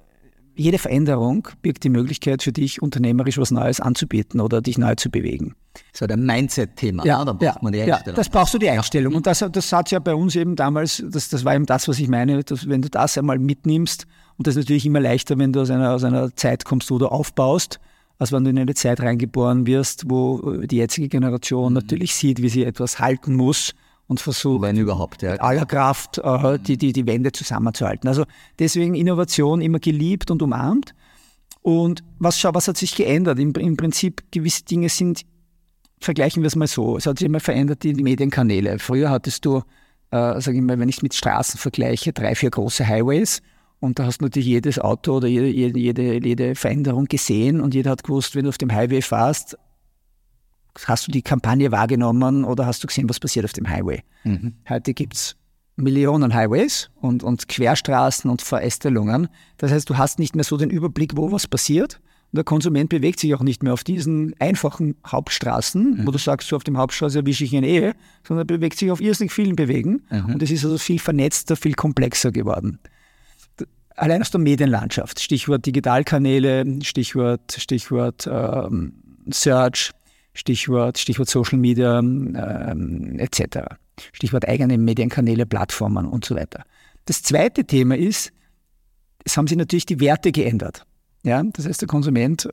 jede Veränderung birgt die Möglichkeit für dich, unternehmerisch was Neues anzubieten oder dich neu zu bewegen. So ein Mindset-Thema, ja, da braucht ja, man die Einstellung. Ja, das brauchst du die Einstellung. Und das, das hat ja bei uns eben damals, das, das war eben das, was ich meine, dass wenn du das einmal mitnimmst, und das ist natürlich immer leichter, wenn du aus einer, aus einer Zeit kommst, wo du aufbaust, als wenn du in eine Zeit reingeboren wirst, wo die jetzige Generation mhm. natürlich sieht, wie sie etwas halten muss und versucht, wenn überhaupt, ja. mit aller Kraft äh, die, die, die Wände zusammenzuhalten. Also deswegen Innovation immer geliebt und umarmt. Und was, schau, was hat sich geändert? Im, Im Prinzip, gewisse Dinge sind, vergleichen wir es mal so, es hat sich immer verändert, die Medienkanäle. Früher hattest du, äh, sage ich mal, wenn ich es mit Straßen vergleiche, drei, vier große Highways und da hast du natürlich jedes Auto oder jede, jede, jede, jede Veränderung gesehen und jeder hat gewusst, wenn du auf dem Highway fährst, hast du die Kampagne wahrgenommen oder hast du gesehen, was passiert auf dem Highway. Mhm. Heute gibt es Millionen Highways und, und Querstraßen und Verästelungen. Das heißt, du hast nicht mehr so den Überblick, wo was passiert. Und der Konsument bewegt sich auch nicht mehr auf diesen einfachen Hauptstraßen, mhm. wo du sagst, so auf dem Hauptstraße erwische ich ihn eh, sondern er bewegt sich auf irrsinnig vielen Bewegen. Mhm. Und es ist also viel vernetzter, viel komplexer geworden. Allein aus der Medienlandschaft, Stichwort Digitalkanäle, Stichwort, Stichwort ähm, Search, Stichwort, Stichwort Social Media ähm, et cetera. Stichwort eigene Medienkanäle, Plattformen und so weiter. Das zweite Thema ist, es haben sich natürlich die Werte geändert. Ja, das heißt, der Konsument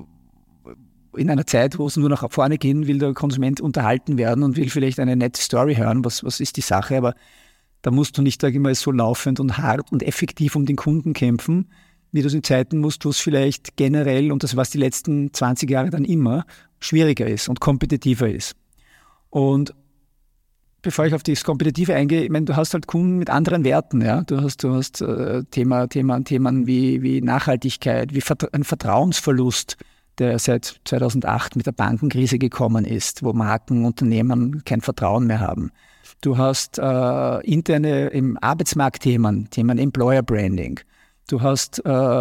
in einer Zeit, wo es nur nach vorne gehen, will der Konsument unterhalten werden und will vielleicht eine nette Story hören, was, was ist die Sache, aber da musst du nicht, sage ich mal, so laufend und hart und effektiv um den Kunden kämpfen, wie du es in Zeiten musst, wo es vielleicht generell, und das war es die letzten zwanzig Jahre dann immer, schwieriger ist und kompetitiver ist. Und bevor ich auf das Kompetitive eingehe, ich meine, du hast halt Kunden mit anderen Werten, ja. Du hast, du hast äh, Thema, Thema, Themen wie, wie Nachhaltigkeit, wie Vert- ein Vertrauensverlust, der seit zweitausendacht mit der Bankenkrise gekommen ist, wo Marken, Unternehmen kein Vertrauen mehr haben. Du hast äh, interne im Arbeitsmarktthemen, Themen Employer Branding. Du hast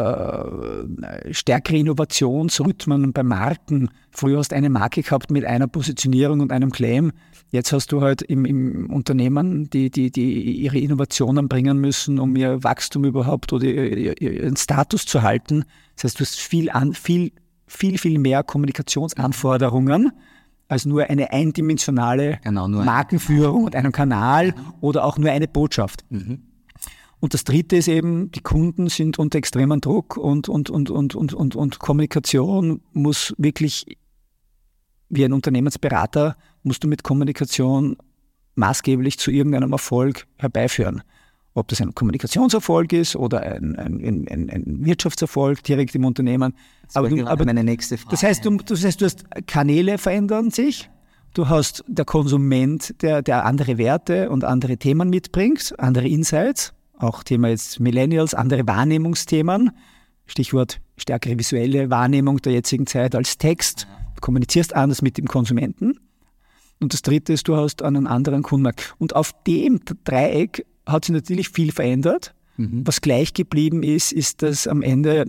äh, stärkere Innovationsrhythmen bei Marken. Früher hast du eine Marke gehabt mit einer Positionierung und einem Claim. Jetzt hast du halt im, im Unternehmen, die, die, die ihre Innovationen bringen müssen, um ihr Wachstum überhaupt oder ihr, ihren Status zu halten. Das heißt, du hast viel, an, viel, viel, viel mehr Kommunikationsanforderungen als nur eine eindimensionale genau, nur Markenführung und einen Kanal mhm. oder auch nur eine Botschaft. Mhm. Und das Dritte ist eben, die Kunden sind unter extremem Druck und, und, und, und, und, und, und Kommunikation muss wirklich, wie ein Unternehmensberater, musst du mit Kommunikation maßgeblich zu irgendeinem Erfolg herbeiführen. Ob das ein Kommunikationserfolg ist oder ein, ein, ein, ein Wirtschaftserfolg direkt im Unternehmen. Das aber du, aber meine nächste Frage. Das heißt, du, das heißt, du hast Kanäle verändern sich. Du hast der Konsument, der, der andere Werte und andere Themen mitbringt, andere Insights. Auch Thema jetzt Millennials, andere Wahrnehmungsthemen. Stichwort stärkere visuelle Wahrnehmung der jetzigen Zeit als Text. Du kommunizierst anders mit dem Konsumenten. Und das Dritte ist, du hast einen anderen Kundenmarkt. Und auf dem Dreieck hat sich natürlich viel verändert. Mhm. Was gleich geblieben ist, ist, dass am Ende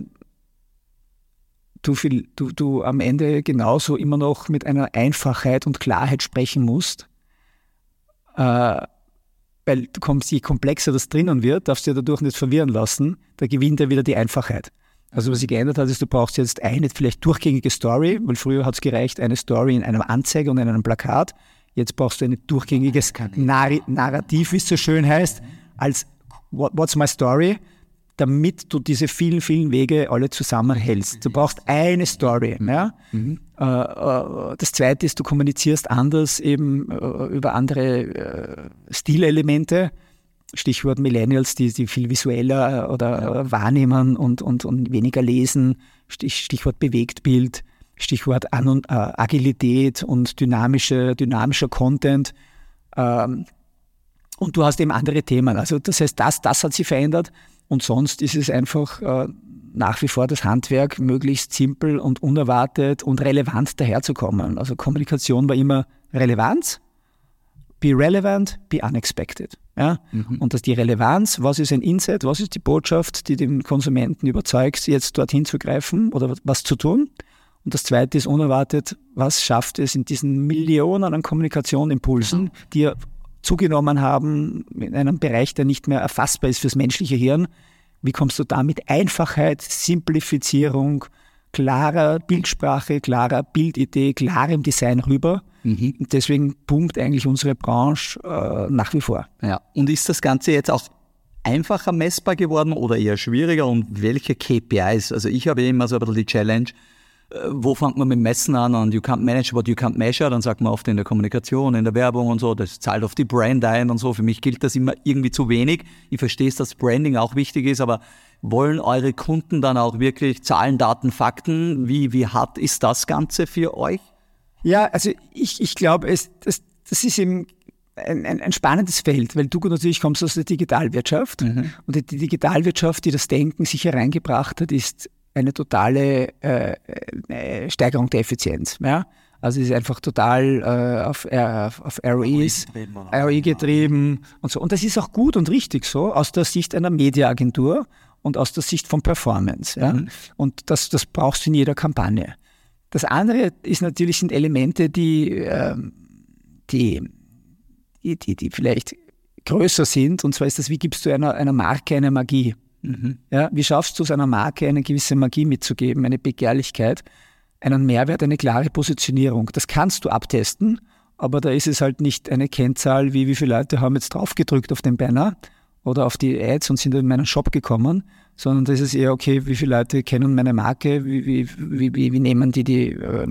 du, viel, du, du am Ende genauso immer noch mit einer Einfachheit und Klarheit sprechen musst. Äh, Weil du kommst, je komplexer das drinnen wird, darfst du dir dadurch nicht verwirren lassen, da gewinnt ja wieder die Einfachheit. Also was sich geändert hat, ist, du brauchst jetzt eine vielleicht durchgängige Story, weil früher hat es gereicht, eine Story in einer Anzeige und in einem Plakat. Jetzt brauchst du ein durchgängiges Narr- Narrativ, wie es so schön heißt, als What's my story, damit du diese vielen, vielen Wege alle zusammenhältst. Du brauchst eine Story. Ja? Mhm. Äh, äh, das Zweite ist, du kommunizierst anders eben äh, über andere äh, Stilelemente. Stichwort Millennials, die, die viel visueller oder ja. wahrnehmen und, und, und weniger lesen. Stich, Stichwort Bewegtbild. Stichwort An- äh, Agilität und dynamische, dynamischer Content. Ähm, und du hast eben andere Themen. Also das heißt, das, das hat sich verändert. Und sonst ist es einfach äh, nach wie vor das Handwerk, möglichst simpel und unerwartet und relevant daherzukommen. Also Kommunikation war immer Relevanz, be relevant, be unexpected. Ja? Mhm. Und dass die Relevanz, was ist ein Insight, was ist die Botschaft, die den Konsumenten überzeugt, jetzt dorthin zu greifen oder was zu tun. Und das Zweite ist unerwartet, was schafft es in diesen Millionen an Kommunikationimpulsen, mhm. die ja zugenommen haben in einem Bereich, der nicht mehr erfassbar ist fürs menschliche Hirn. Wie kommst du da mit Einfachheit, Simplifizierung, klarer Bildsprache, klarer Bildidee, klarem Design rüber? Mhm. Und deswegen boomt eigentlich unsere Branche äh, nach wie vor. Ja. Und ist das Ganze jetzt auch einfacher messbar geworden oder eher schwieriger? Und welche K P Is? Also ich habe immer so ein bisschen die Challenge, wo fängt man mit Messen an? Und you can't manage what you can't measure, dann sagt man oft in der Kommunikation, in der Werbung und so, das zahlt auf die Brand ein und so. Für mich gilt das immer irgendwie zu wenig. Ich verstehe es, dass Branding auch wichtig ist, aber wollen eure Kunden dann auch wirklich Zahlen, Daten, Fakten? Wie, wie hart ist das Ganze für euch? Ja, also ich, ich glaube, es, das, das ist eben ein, ein, ein spannendes Feld, weil du natürlich kommst aus der Digitalwirtschaft mhm. und die Digitalwirtschaft, die das Denken sich hereingebracht hat, ist eine totale äh, Steigerung der Effizienz. Ja? Also es ist einfach total äh, auf, äh, auf R O Es, R O E getrieben und so. Und das ist auch gut und richtig so aus der Sicht einer Mediaagentur und aus der Sicht von Performance. Ja? Mhm. Und das, das brauchst du in jeder Kampagne. Das andere ist natürlich, sind Elemente, die, äh, die, die, die, die vielleicht größer sind. Und zwar ist das, wie gibst du einer, einer Marke eine Magie? Mhm. Ja, wie schaffst du es einer Marke, eine gewisse Magie mitzugeben, eine Begehrlichkeit, einen Mehrwert, eine klare Positionierung? Das kannst du abtesten, aber da ist es halt nicht eine Kennzahl, wie wie viele Leute haben jetzt draufgedrückt auf den Banner oder auf die Ads und sind in meinen Shop gekommen, sondern das ist eher, okay, wie viele Leute kennen meine Marke, wie, wie, wie, wie, wie nehmen die die,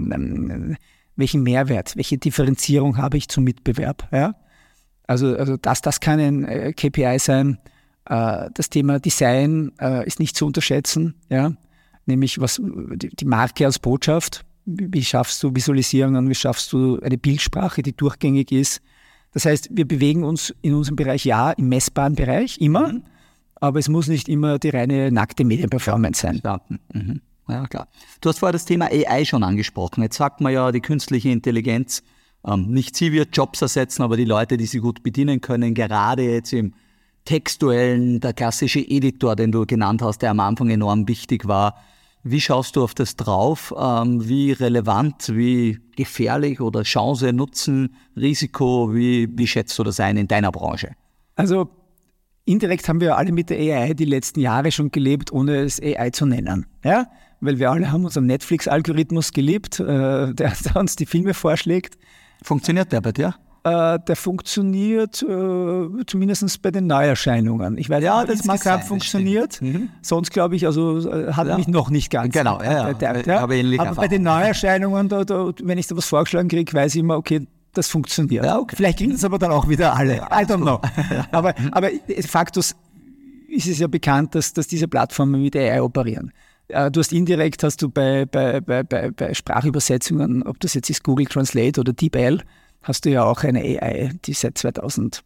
äh, welchen Mehrwert, welche Differenzierung habe ich zum Mitbewerb? Ja? Also, also das, das kann ein äh, K P I sein. Äh, das Thema Design äh, ist nicht zu unterschätzen, ja? Nämlich was die, die Marke als Botschaft. Wie, wie schaffst du Visualisierungen, wie schaffst du eine Bildsprache, die durchgängig ist? Das heißt, wir bewegen uns in unserem Bereich, ja, im messbaren Bereich, immer, mhm. aber es muss nicht immer die reine nackte Medienperformance sein. Mhm. Ja, klar. Du hast vorher das Thema A I schon angesprochen. Jetzt sagt man ja, die künstliche Intelligenz, ähm, nicht sie wird Jobs ersetzen, aber die Leute, die sie gut bedienen können, gerade jetzt im textuellen, der klassische Editor, den du genannt hast, der am Anfang enorm wichtig war. Wie schaust du auf das drauf? Ähm, wie relevant, wie gefährlich oder Chance, Nutzen, Risiko, wie, wie schätzt du das ein in deiner Branche? Also indirekt haben wir alle mit der A I die letzten Jahre schon gelebt, ohne es A I zu nennen. Ja? Weil wir alle haben unseren Netflix-Algorithmus geliebt, äh, der, der uns die Filme vorschlägt. Funktioniert der bei dir? Äh, der funktioniert äh, zumindest bei den Neuerscheinungen. Ich weiß, ja, das mag gerade funktioniert. Mhm. Sonst glaube ich, also äh, hat ja. mich noch nicht ganz. Genau, ja, ja. ja. Aber, aber bei den Neuerscheinungen, da, da, wenn ich da was vorgeschlagen kriege, weiß ich immer, okay, das funktioniert. Ja, okay. Vielleicht kriegen es aber dann auch wieder alle. I don't know. aber, aber Faktus ist es ja bekannt, dass, dass diese Plattformen mit A I operieren. Du hast indirekt, hast du bei, bei, bei, bei, bei Sprachübersetzungen, ob das jetzt ist Google Translate oder DeepL, hast du ja auch eine A I, die seit zweitausendfünf,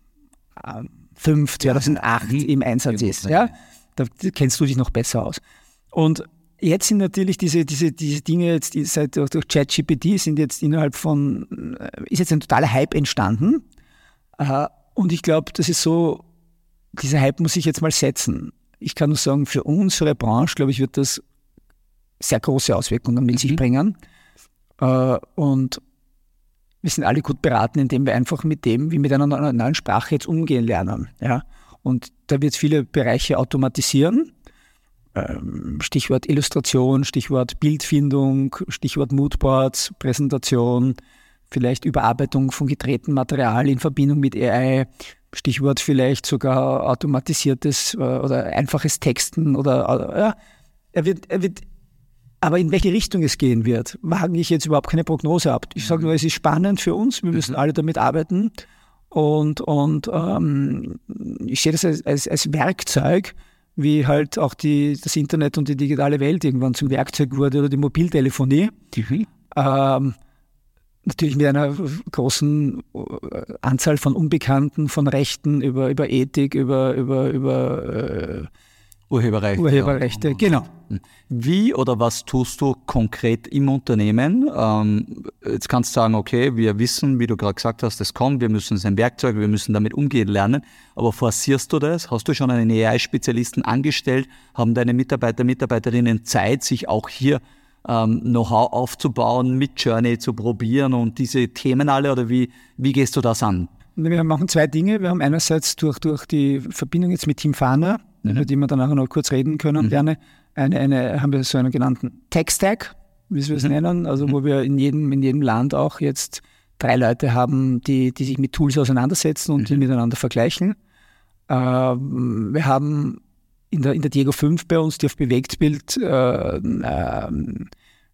zweitausendacht ja, im Einsatz ist. Ja? Da kennst du dich noch besser aus. Und jetzt sind natürlich diese, diese, diese Dinge, jetzt die seit durch, durch ChatGPT sind jetzt innerhalb von, ist jetzt ein totaler Hype entstanden. Und ich glaube, das ist so, dieser Hype muss sich jetzt mal setzen. Ich kann nur sagen, für unsere Branche, glaube ich, wird das sehr große Auswirkungen mit mhm. sich bringen. Und wir sind alle gut beraten, indem wir einfach mit dem, wie mit einer neuen Sprache jetzt umgehen lernen. Ja? Und da wird es viele Bereiche automatisieren. Ähm, Stichwort Illustration, Stichwort Bildfindung, Stichwort Moodboards, Präsentation, vielleicht Überarbeitung von gedrehtem Material in Verbindung mit A I, Stichwort vielleicht sogar automatisiertes äh, oder einfaches Texten oder äh, ja, er wird, er wird aber in welche Richtung es gehen wird, wage ich jetzt überhaupt keine Prognose ab. Ich sage nur, es ist spannend für uns, wir müssen alle damit arbeiten und, und ähm, ich sehe das als, als, als Werkzeug, wie halt auch die, das Internet und die digitale Welt irgendwann zum Werkzeug wurde oder die Mobiltelefonie. Mhm. Ähm, natürlich mit einer großen Anzahl von Unbekannten, von Rechten, über, über Ethik, über, über, über äh, Urheberrechte. Urheberrechte, ja. Genau. Wie oder was tust du konkret im Unternehmen? Ähm, jetzt kannst du sagen, okay, wir wissen, wie du gerade gesagt hast, das kommt, wir müssen es ein Werkzeug, wir müssen damit umgehen lernen. Aber forcierst du das? Hast du schon einen A I-Spezialisten angestellt? Haben deine Mitarbeiter, Mitarbeiterinnen Zeit, sich auch hier ähm, Know-how aufzubauen, mit Journey zu probieren und diese Themen alle? Oder wie, wie gehst du das an? Wir machen zwei Dinge. Wir haben einerseits durch, durch die Verbindung jetzt mit Team Fana, mhm. über die wir dann auch noch kurz reden können, mhm. gerne, eine, eine, haben wir so einen genannten Tech-Stack, wie wir es mhm. nennen, also mhm. wo wir in jedem, in jedem Land auch jetzt drei Leute haben, die, die sich mit Tools auseinandersetzen und mhm. die miteinander vergleichen. Äh, wir haben in der, in der Diego fünf bei uns, die auf Bewegtbild äh, äh,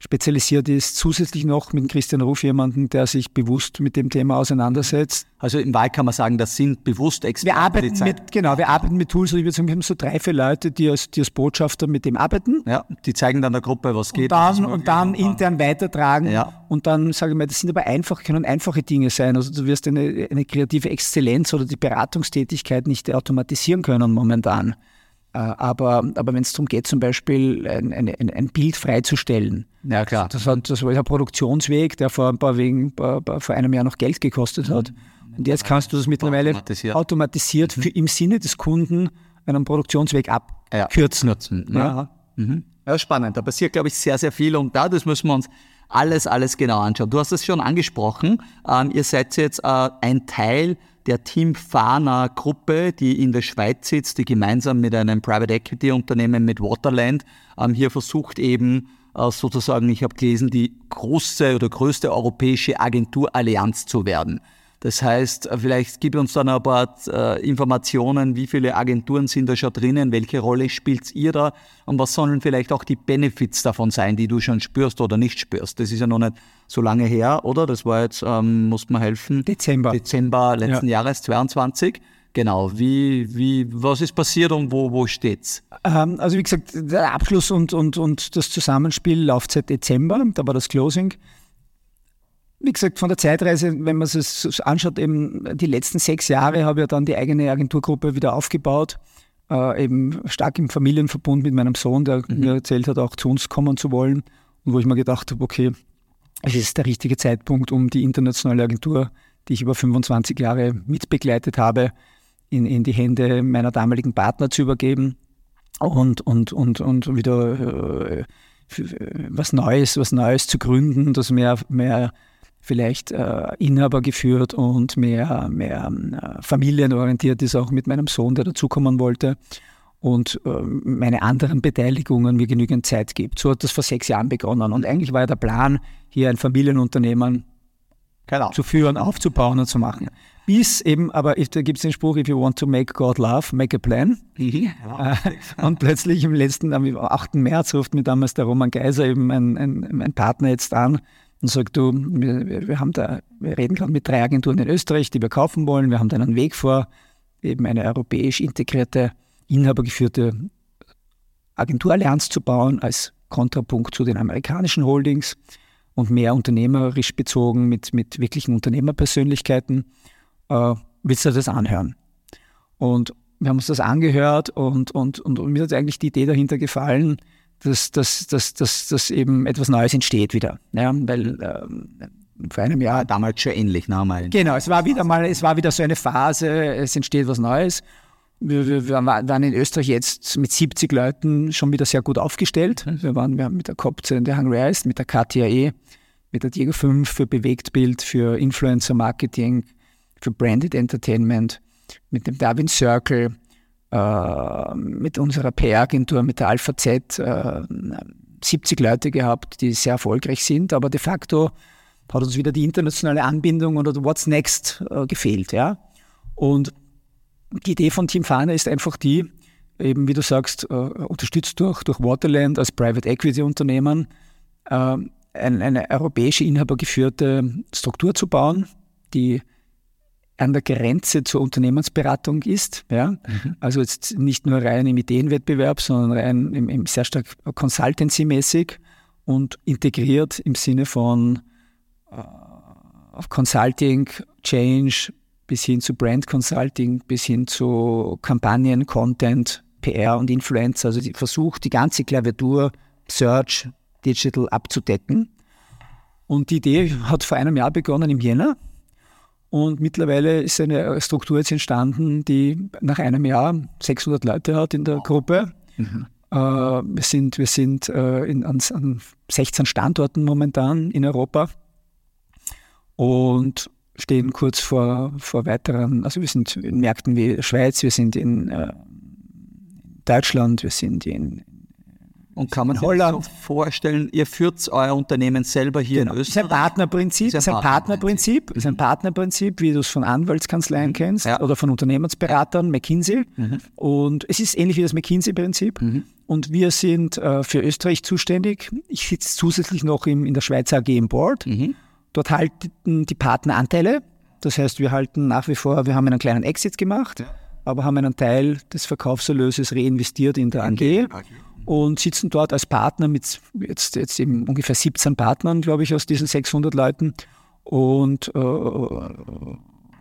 spezialisiert ist, zusätzlich noch mit Christian Ruf jemanden, der sich bewusst mit dem Thema auseinandersetzt. Also im Wahl kann man sagen, das sind bewusst Experten. Wir arbeiten mit, genau, wir arbeiten mit Tools, wir haben so drei, vier Leute, die als, die als Botschafter mit dem arbeiten. Ja, die zeigen dann der Gruppe, was geht. Und dann, und dann intern weitertragen. Ja. Und dann, sage ich mal, das sind aber einfach, können einfache Dinge sein. Also du wirst eine, eine kreative Exzellenz oder die Beratungstätigkeit nicht automatisieren können momentan. Aber, aber wenn es darum geht, zum Beispiel ein, ein, ein Bild freizustellen. Ja, klar. Das, hat, das war ein Produktionsweg, der vor ein paar wegen, vor einem Jahr noch Geld gekostet hat. Und jetzt kannst du das mittlerweile automatisiert, automatisiert für im Sinne des Kunden einen Produktionsweg abkürzen. Ja. Ja. Mhm. Ja, spannend. Da passiert, glaube ich, sehr, sehr viel. Und da, das müssen wir uns alles, alles genau anschauen. Du hast es schon angesprochen. Ähm, ihr seid jetzt äh, ein Teil der Team Fana Gruppe, die in der Schweiz sitzt, die gemeinsam mit einem Private Equity Unternehmen, mit Waterland, ähm, hier versucht eben äh, sozusagen, ich habe gelesen, die große oder größte europäische Agenturallianz zu werden. Das heißt, vielleicht gib uns dann ein paar äh, Informationen, wie viele Agenturen sind da schon drinnen, welche Rolle spielt ihr da und was sollen vielleicht auch die Benefits davon sein, die du schon spürst oder nicht spürst. Das ist ja noch nicht so lange her, oder? Das war jetzt, ähm, muss man helfen, Dezember. Dezember letzten ja. Jahres, zweiundzwanzig. Genau, wie, wie, was ist passiert und wo, wo steht's? Ähm, also wie gesagt, der Abschluss und, und, und das Zusammenspiel Laufzeit Dezember, da war das Closing. Wie gesagt, von der Zeitreise, wenn man es anschaut, eben die letzten sechs Jahre habe ich ja dann die eigene Agenturgruppe wieder aufgebaut, äh, eben stark im Familienverbund mit meinem Sohn, der mhm. mir erzählt hat, auch zu uns kommen zu wollen und wo ich mir gedacht habe, okay, es ist der richtige Zeitpunkt, um die internationale Agentur, die ich über fünfundzwanzig Jahre mitbegleitet habe, in, in die Hände meiner damaligen Partner zu übergeben und, und, und, und wieder äh, was Neues, was Neues zu gründen, das mehr, mehr vielleicht äh, Inhaber geführt und mehr, mehr äh, familienorientiert ist, auch mit meinem Sohn, der dazukommen wollte und äh, meine anderen Beteiligungen mir genügend Zeit gibt. So hat das vor sechs Jahren begonnen und eigentlich war ja der Plan, hier ein Familienunternehmen genau. zu führen, aufzubauen und zu machen. Bis eben, aber da gibt es den Spruch, if you want to make God laugh, make a plan. Mhm. Äh, und plötzlich im letzten, am achten März ruft mir damals der Roman Geiser, eben ein, ein, ein Partner jetzt an, und sagt, du, wir, wir, haben da, wir reden gerade mit drei Agenturen in Österreich, die wir kaufen wollen. Wir haben da einen Weg vor, eben eine europäisch integrierte, inhabergeführte Agenturallianz zu bauen als Kontrapunkt zu den amerikanischen Holdings und mehr unternehmerisch bezogen mit, mit wirklichen Unternehmerpersönlichkeiten. Äh, willst du das anhören? Und wir haben uns das angehört und, und, und, und mir hat eigentlich die Idee dahinter gefallen, dass, dass, dass, dass, dass eben etwas Neues entsteht wieder. Ja, weil ähm, vor einem Jahr... Damals schon ähnlich, ne? Mal. Genau, es war wieder mal, es war wieder so eine Phase, es entsteht was Neues. Wir, wir, wir waren in Österreich jetzt mit siebzig Leuten schon wieder sehr gut aufgestellt. Wir waren wir haben mit der C O P zehn, der Hungry Eyes, mit der K T A E, mit der Diego fünf für Bewegtbild, für Influencer Marketing, für Branded Entertainment, mit dem Darwin Circle, äh, mit unserer P R-Agentur, mit der Alpha Z, äh, siebzig Leute gehabt, die sehr erfolgreich sind, aber de facto hat uns wieder die internationale Anbindung oder What's Next äh, gefehlt. Ja? Und die Idee von Team Fana ist einfach die, eben wie du sagst, äh, unterstützt durch, durch Waterland als Private Equity Unternehmen, äh, ein, eine europäische inhabergeführte Struktur zu bauen, die an der Grenze zur Unternehmensberatung ist. Ja? Mhm. Also jetzt nicht nur rein im Ideenwettbewerb, sondern rein im, im sehr stark Consultancy-mäßig und integriert im Sinne von äh, Consulting, Change, bis hin zu Brand Consulting, bis hin zu Kampagnen, Content, P R und Influencer. Also die versucht, die ganze Klaviatur Search, Digital abzudecken. Und die Idee hat vor einem Jahr begonnen im Jänner. Und mittlerweile ist eine Struktur jetzt entstanden, die nach einem Jahr sechshundert Leute hat in der Gruppe. Mhm. Äh, wir sind, wir sind äh, in, an, an sechzehn Standorten momentan in Europa und stehen kurz vor, vor weiteren, also wir sind in Märkten wie Schweiz, wir sind in äh, Deutschland, wir sind in Und kann man sich so vorstellen, ihr führt euer Unternehmen selber hier genau. in Österreich? Das ist ein Partnerprinzip, das ist ein Partnerprinzip, das ist ein Partnerprinzip, wie du es von Anwaltskanzleien mhm. kennst ja. oder von Unternehmensberatern, McKinsey. Mhm. Und es ist ähnlich wie das McKinsey-Prinzip. Mhm. Und wir sind äh, für Österreich zuständig. Ich sitze zusätzlich noch im, in der Schweizer A G im Board. Mhm. Dort halten die Partner Anteile. Das heißt, wir halten nach wie vor, wir haben einen kleinen Exit gemacht, ja. aber haben einen Teil des Verkaufserlöses reinvestiert in der A G okay. und sitzen dort als Partner mit jetzt, jetzt eben ungefähr siebzehn Partnern, glaube ich, aus diesen sechshundert Leuten. Und, äh, und,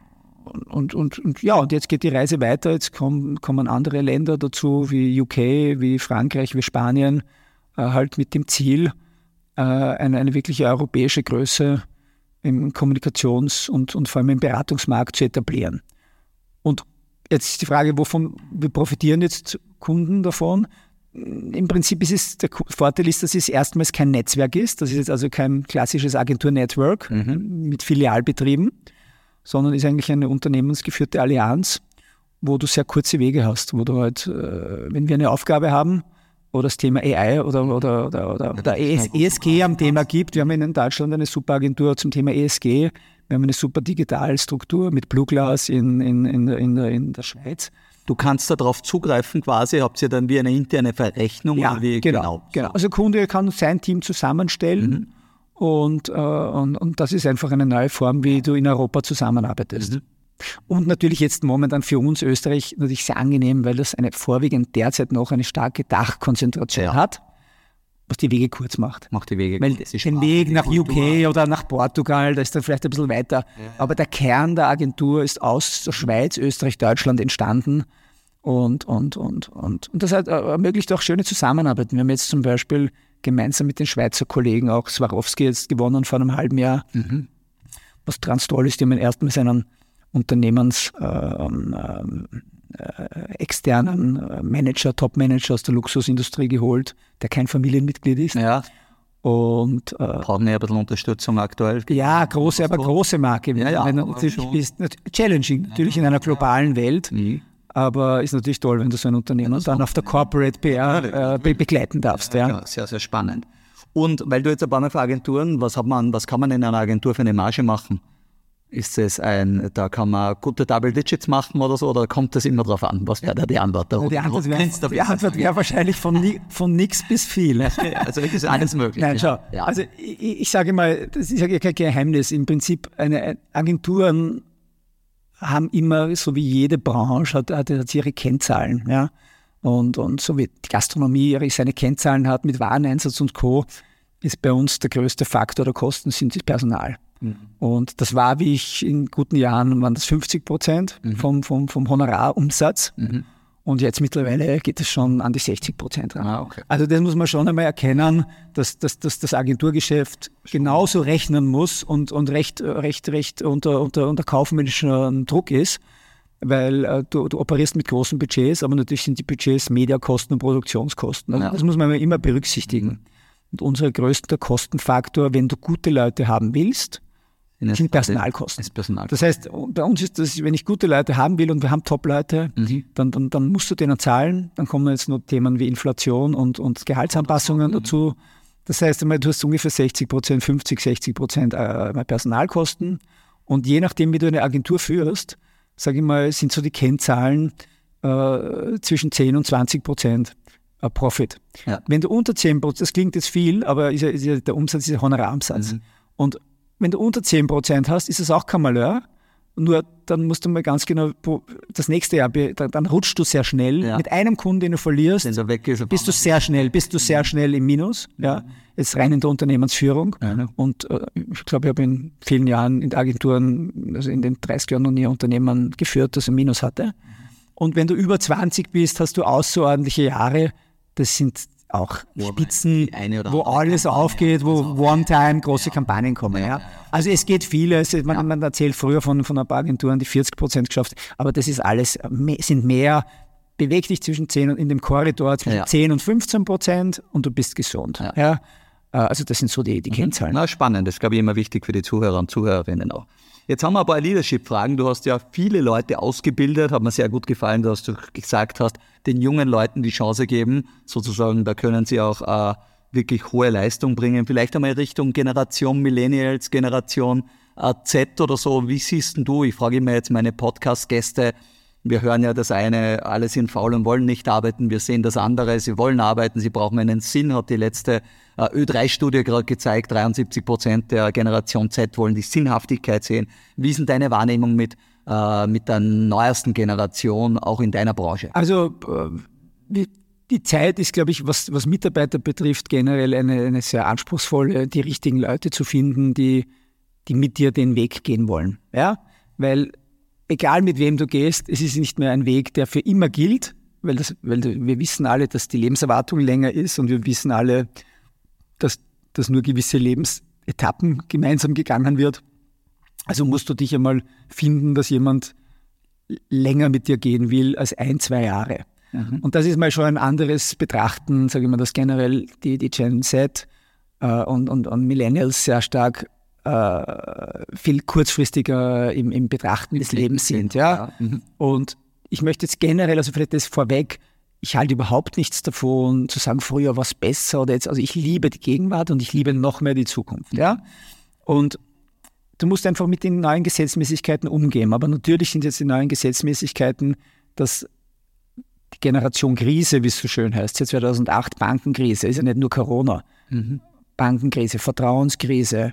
und, und ja, und jetzt geht die Reise weiter. Jetzt kommen, kommen andere Länder dazu, wie U K, wie Frankreich, wie Spanien, äh, halt mit dem Ziel, äh, eine, eine wirkliche europäische Größe im Kommunikations- und, und vor allem im Beratungsmarkt zu etablieren. Und jetzt ist die Frage, wovon wir profitieren jetzt Kunden davon? Im Prinzip ist es, der Vorteil ist, dass es erstmals kein Netzwerk ist. Das ist jetzt also kein klassisches Agentur-Network mhm. mit Filialbetrieben, sondern ist eigentlich eine unternehmensgeführte Allianz, wo du sehr kurze Wege hast, wo du halt, wenn wir eine Aufgabe haben, oder das Thema A I oder, oder, oder, oder, oder E S G am Thema gibt. Wir haben in Deutschland eine super Agentur zum Thema E S G. Wir haben eine super Digitalstruktur mit Blue Glass in, in, in, in, der, in der Schweiz. Du kannst darauf zugreifen quasi, habt ihr dann wie eine interne Verrechnung? Ja, oder wie? Genau, genau. genau. Also Kunde kann sein Team zusammenstellen mhm. und, äh, und, und das ist einfach eine neue Form, wie du in Europa zusammenarbeitest. Mhm. Und natürlich jetzt momentan für uns Österreich natürlich sehr angenehm, weil das eine vorwiegend derzeit noch eine starke Dachkonzentration ja. hat, was die Wege kurz macht. Macht die Wege weil kurz. Den Weg nach U K oder nach Portugal, da ist dann vielleicht ein bisschen weiter. Ja. Aber der Kern der Agentur ist aus der Schweiz, Österreich, Deutschland entstanden. Und, und, und, und, und das hat, ermöglicht auch schöne Zusammenarbeit. Wir haben jetzt zum Beispiel gemeinsam mit den Schweizer Kollegen auch Swarovski jetzt gewonnen vor einem halben Jahr. Mhm. Was ganz toll ist, die haben erstmals einen Unternehmens äh, äh, externen Manager, Top-Manager aus der Luxusindustrie geholt, der kein Familienmitglied ist. Ja. Und äh, brauchen ja ein bisschen Unterstützung aktuell. Ja, große, aber große Marke. Ja, ja, wenn du natürlich bist, challenging, natürlich in einer globalen Welt. Mhm. Aber ist natürlich toll, wenn du so ein Unternehmen dann auf der Corporate P R äh, be- begleiten darfst. Ja, ja, sehr, sehr spannend. Und weil du jetzt ein paar Mal für Agenturen, was hat man, was kann man in einer Agentur für eine Marge machen? Ist es ein, da kann man gute Double Digits machen oder so, oder kommt das immer drauf an? Was wäre da die Antwort? Ja, die Antwort wäre wär, wär wahrscheinlich von, ni, von nix bis viel. Also es ist alles möglich. Nein, schau. Ja. Also ich, ich sage mal, das ist ja kein Geheimnis. Im Prinzip, eine Agenturen haben immer, so wie jede Branche, hat, hat, hat ihre Kennzahlen. Ja? Und, und so wie die Gastronomie ihre, seine Kennzahlen hat mit Wareneinsatz und Co., ist bei uns der größte Faktor der Kosten sind das Personal. Mhm. Und das war, wie ich in guten Jahren, waren das fünfzig Prozent mhm. vom, vom, vom Honorarumsatz. Mhm. Und jetzt mittlerweile geht es schon an die sechzig Prozent ran. Ah, okay. Also das muss man schon einmal erkennen, dass, dass, dass das Agenturgeschäft genauso rechnen muss und, und recht, recht, recht unter, unter, unter kaufmännischem Druck ist, weil äh, du, du operierst mit großen Budgets, aber natürlich sind die Budgets Mediakosten und Produktionskosten. Also ja. Das muss man immer berücksichtigen. Mhm. Und unser größter Kostenfaktor, wenn du gute Leute haben willst, sind Personalkosten. Ist Personal. Das heißt, bei uns ist das, wenn ich gute Leute haben will und wir haben Top-Leute, mhm. dann, dann, dann musst du denen zahlen. Dann kommen jetzt noch Themen wie Inflation und, und Gehaltsanpassungen mhm. dazu. Das heißt, du hast ungefähr sechzig Prozent, fünfzig, sechzig Prozent Personalkosten. Und je nachdem, wie du eine Agentur führst, sage ich mal, sind so die Kennzahlen äh, zwischen zehn und zwanzig Prozent Profit. Ja. Wenn du unter zehn Prozent, das klingt jetzt viel, aber ist ja, ist ja, der Umsatz ist ja Honorarumsatz. Mhm. Und wenn du unter zehn Prozent hast, ist es auch kein Malheur. Nur dann musst du mal ganz genau, das nächste Jahr, dann rutschst du sehr schnell. Ja. Mit einem Kunden, den du verlierst, den weg ist, bist du sehr schnell, bist du sehr schnell im Minus. Mhm. Ja. Jetzt rein in der Unternehmensführung. Mhm. Und äh, ich glaube, ich habe in vielen Jahren in Agenturen, also in den dreißig Jahren noch nie Unternehmen geführt, das ein Minus hatte. Mhm. Und wenn du über zwanzig bist, hast du außerordentliche Jahre. Das sind auch Spitzen, wo alles aufgeht, wo One-Time große ja. Kampagnen kommen. Ja. Ja. Also es geht vieles. Man, ja. man erzählt früher von, von ein paar Agenturen, die vierzig Prozent geschafft, aber das ist alles, sind mehr, beweg dich zwischen zehn und in dem Korridor zwischen ja. zehn und fünfzehn Prozent und du bist gesund. Ja. Ja. Also das sind so die, die Kennzahlen. Na, spannend, das ist, glaube ich, immer wichtig für die Zuhörer und Zuhörerinnen auch. Jetzt haben wir ein paar Leadership-Fragen. Du hast ja viele Leute ausgebildet, hat mir sehr gut gefallen, dass du gesagt hast, den jungen Leuten die Chance geben, sozusagen, da können sie auch äh, wirklich hohe Leistung bringen. Vielleicht einmal Richtung Generation Millennials, Generation äh, Z oder so. Wie siehst denn du? Ich frage immer jetzt meine Podcast-Gäste. Wir hören ja das eine, alle sind faul und wollen nicht arbeiten. Wir sehen das andere, sie wollen arbeiten, sie brauchen einen Sinn, hat die letzte äh, Ö drei Studie gerade gezeigt. dreiundsiebzig Prozent der Generation Z wollen die Sinnhaftigkeit sehen. Wie ist denn deine Wahrnehmung mit, äh, mit der neuesten Generation, auch in deiner Branche? Also äh, die Zeit ist, glaube ich, was, was Mitarbeiter betrifft, generell eine, eine sehr anspruchsvolle, die richtigen Leute zu finden, die, die mit dir den Weg gehen wollen. Ja? Weil egal mit wem du gehst, es ist nicht mehr ein Weg, der für immer gilt, weil, das, weil wir wissen alle, dass die Lebenserwartung länger ist und wir wissen alle, dass, dass nur gewisse Lebensetappen gemeinsam gegangen wird. Also musst du dich einmal finden, dass jemand länger mit dir gehen will als ein, zwei Jahre. Mhm. Und das ist mal schon ein anderes Betrachten, sage ich mal, dass generell die, die Gen Z äh, und, und, und Millennials sehr stark äh, viel kurzfristiger im, im Betrachten des Lebens sind. Ja? Ja. Mhm. Und ich möchte jetzt generell, also vielleicht das vorweg, ich halte überhaupt nichts davon, zu sagen, früher war es besser oder jetzt, also ich liebe die Gegenwart und ich liebe noch mehr die Zukunft. Ja? Und du musst einfach mit den neuen Gesetzmäßigkeiten umgehen. Aber natürlich sind jetzt die neuen Gesetzmäßigkeiten, dass die Generation Krise, wie es so schön heißt, seit zweitausendacht Bankenkrise, ist ja nicht nur Corona. Mhm. Bankenkrise, Vertrauenskrise,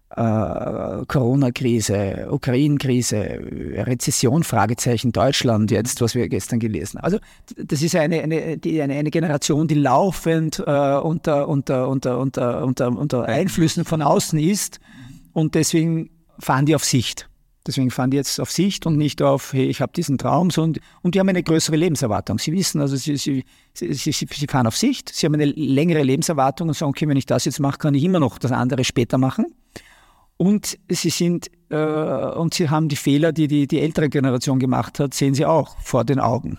äh, Corona-Krise, Ukraine-Krise, Rezession, Fragezeichen, Deutschland jetzt, was wir gestern gelesen haben. Also das ist eine, eine, die, eine, eine Generation, die laufend äh, unter, unter, unter, unter, unter, unter Einflüssen von außen ist und deswegen fahren die auf Sicht. Deswegen fahren die jetzt auf Sicht und nicht auf, hey, ich habe diesen Traum. Und, und die haben eine größere Lebenserwartung. Sie wissen, also sie, sie, sie, sie, sie fahren auf Sicht, sie haben eine längere Lebenserwartung und sagen, okay, wenn ich das jetzt mache, kann ich immer noch das andere später machen. Und sie sind äh, und sie haben die Fehler, die, die die ältere Generation gemacht hat, sehen sie auch vor den Augen.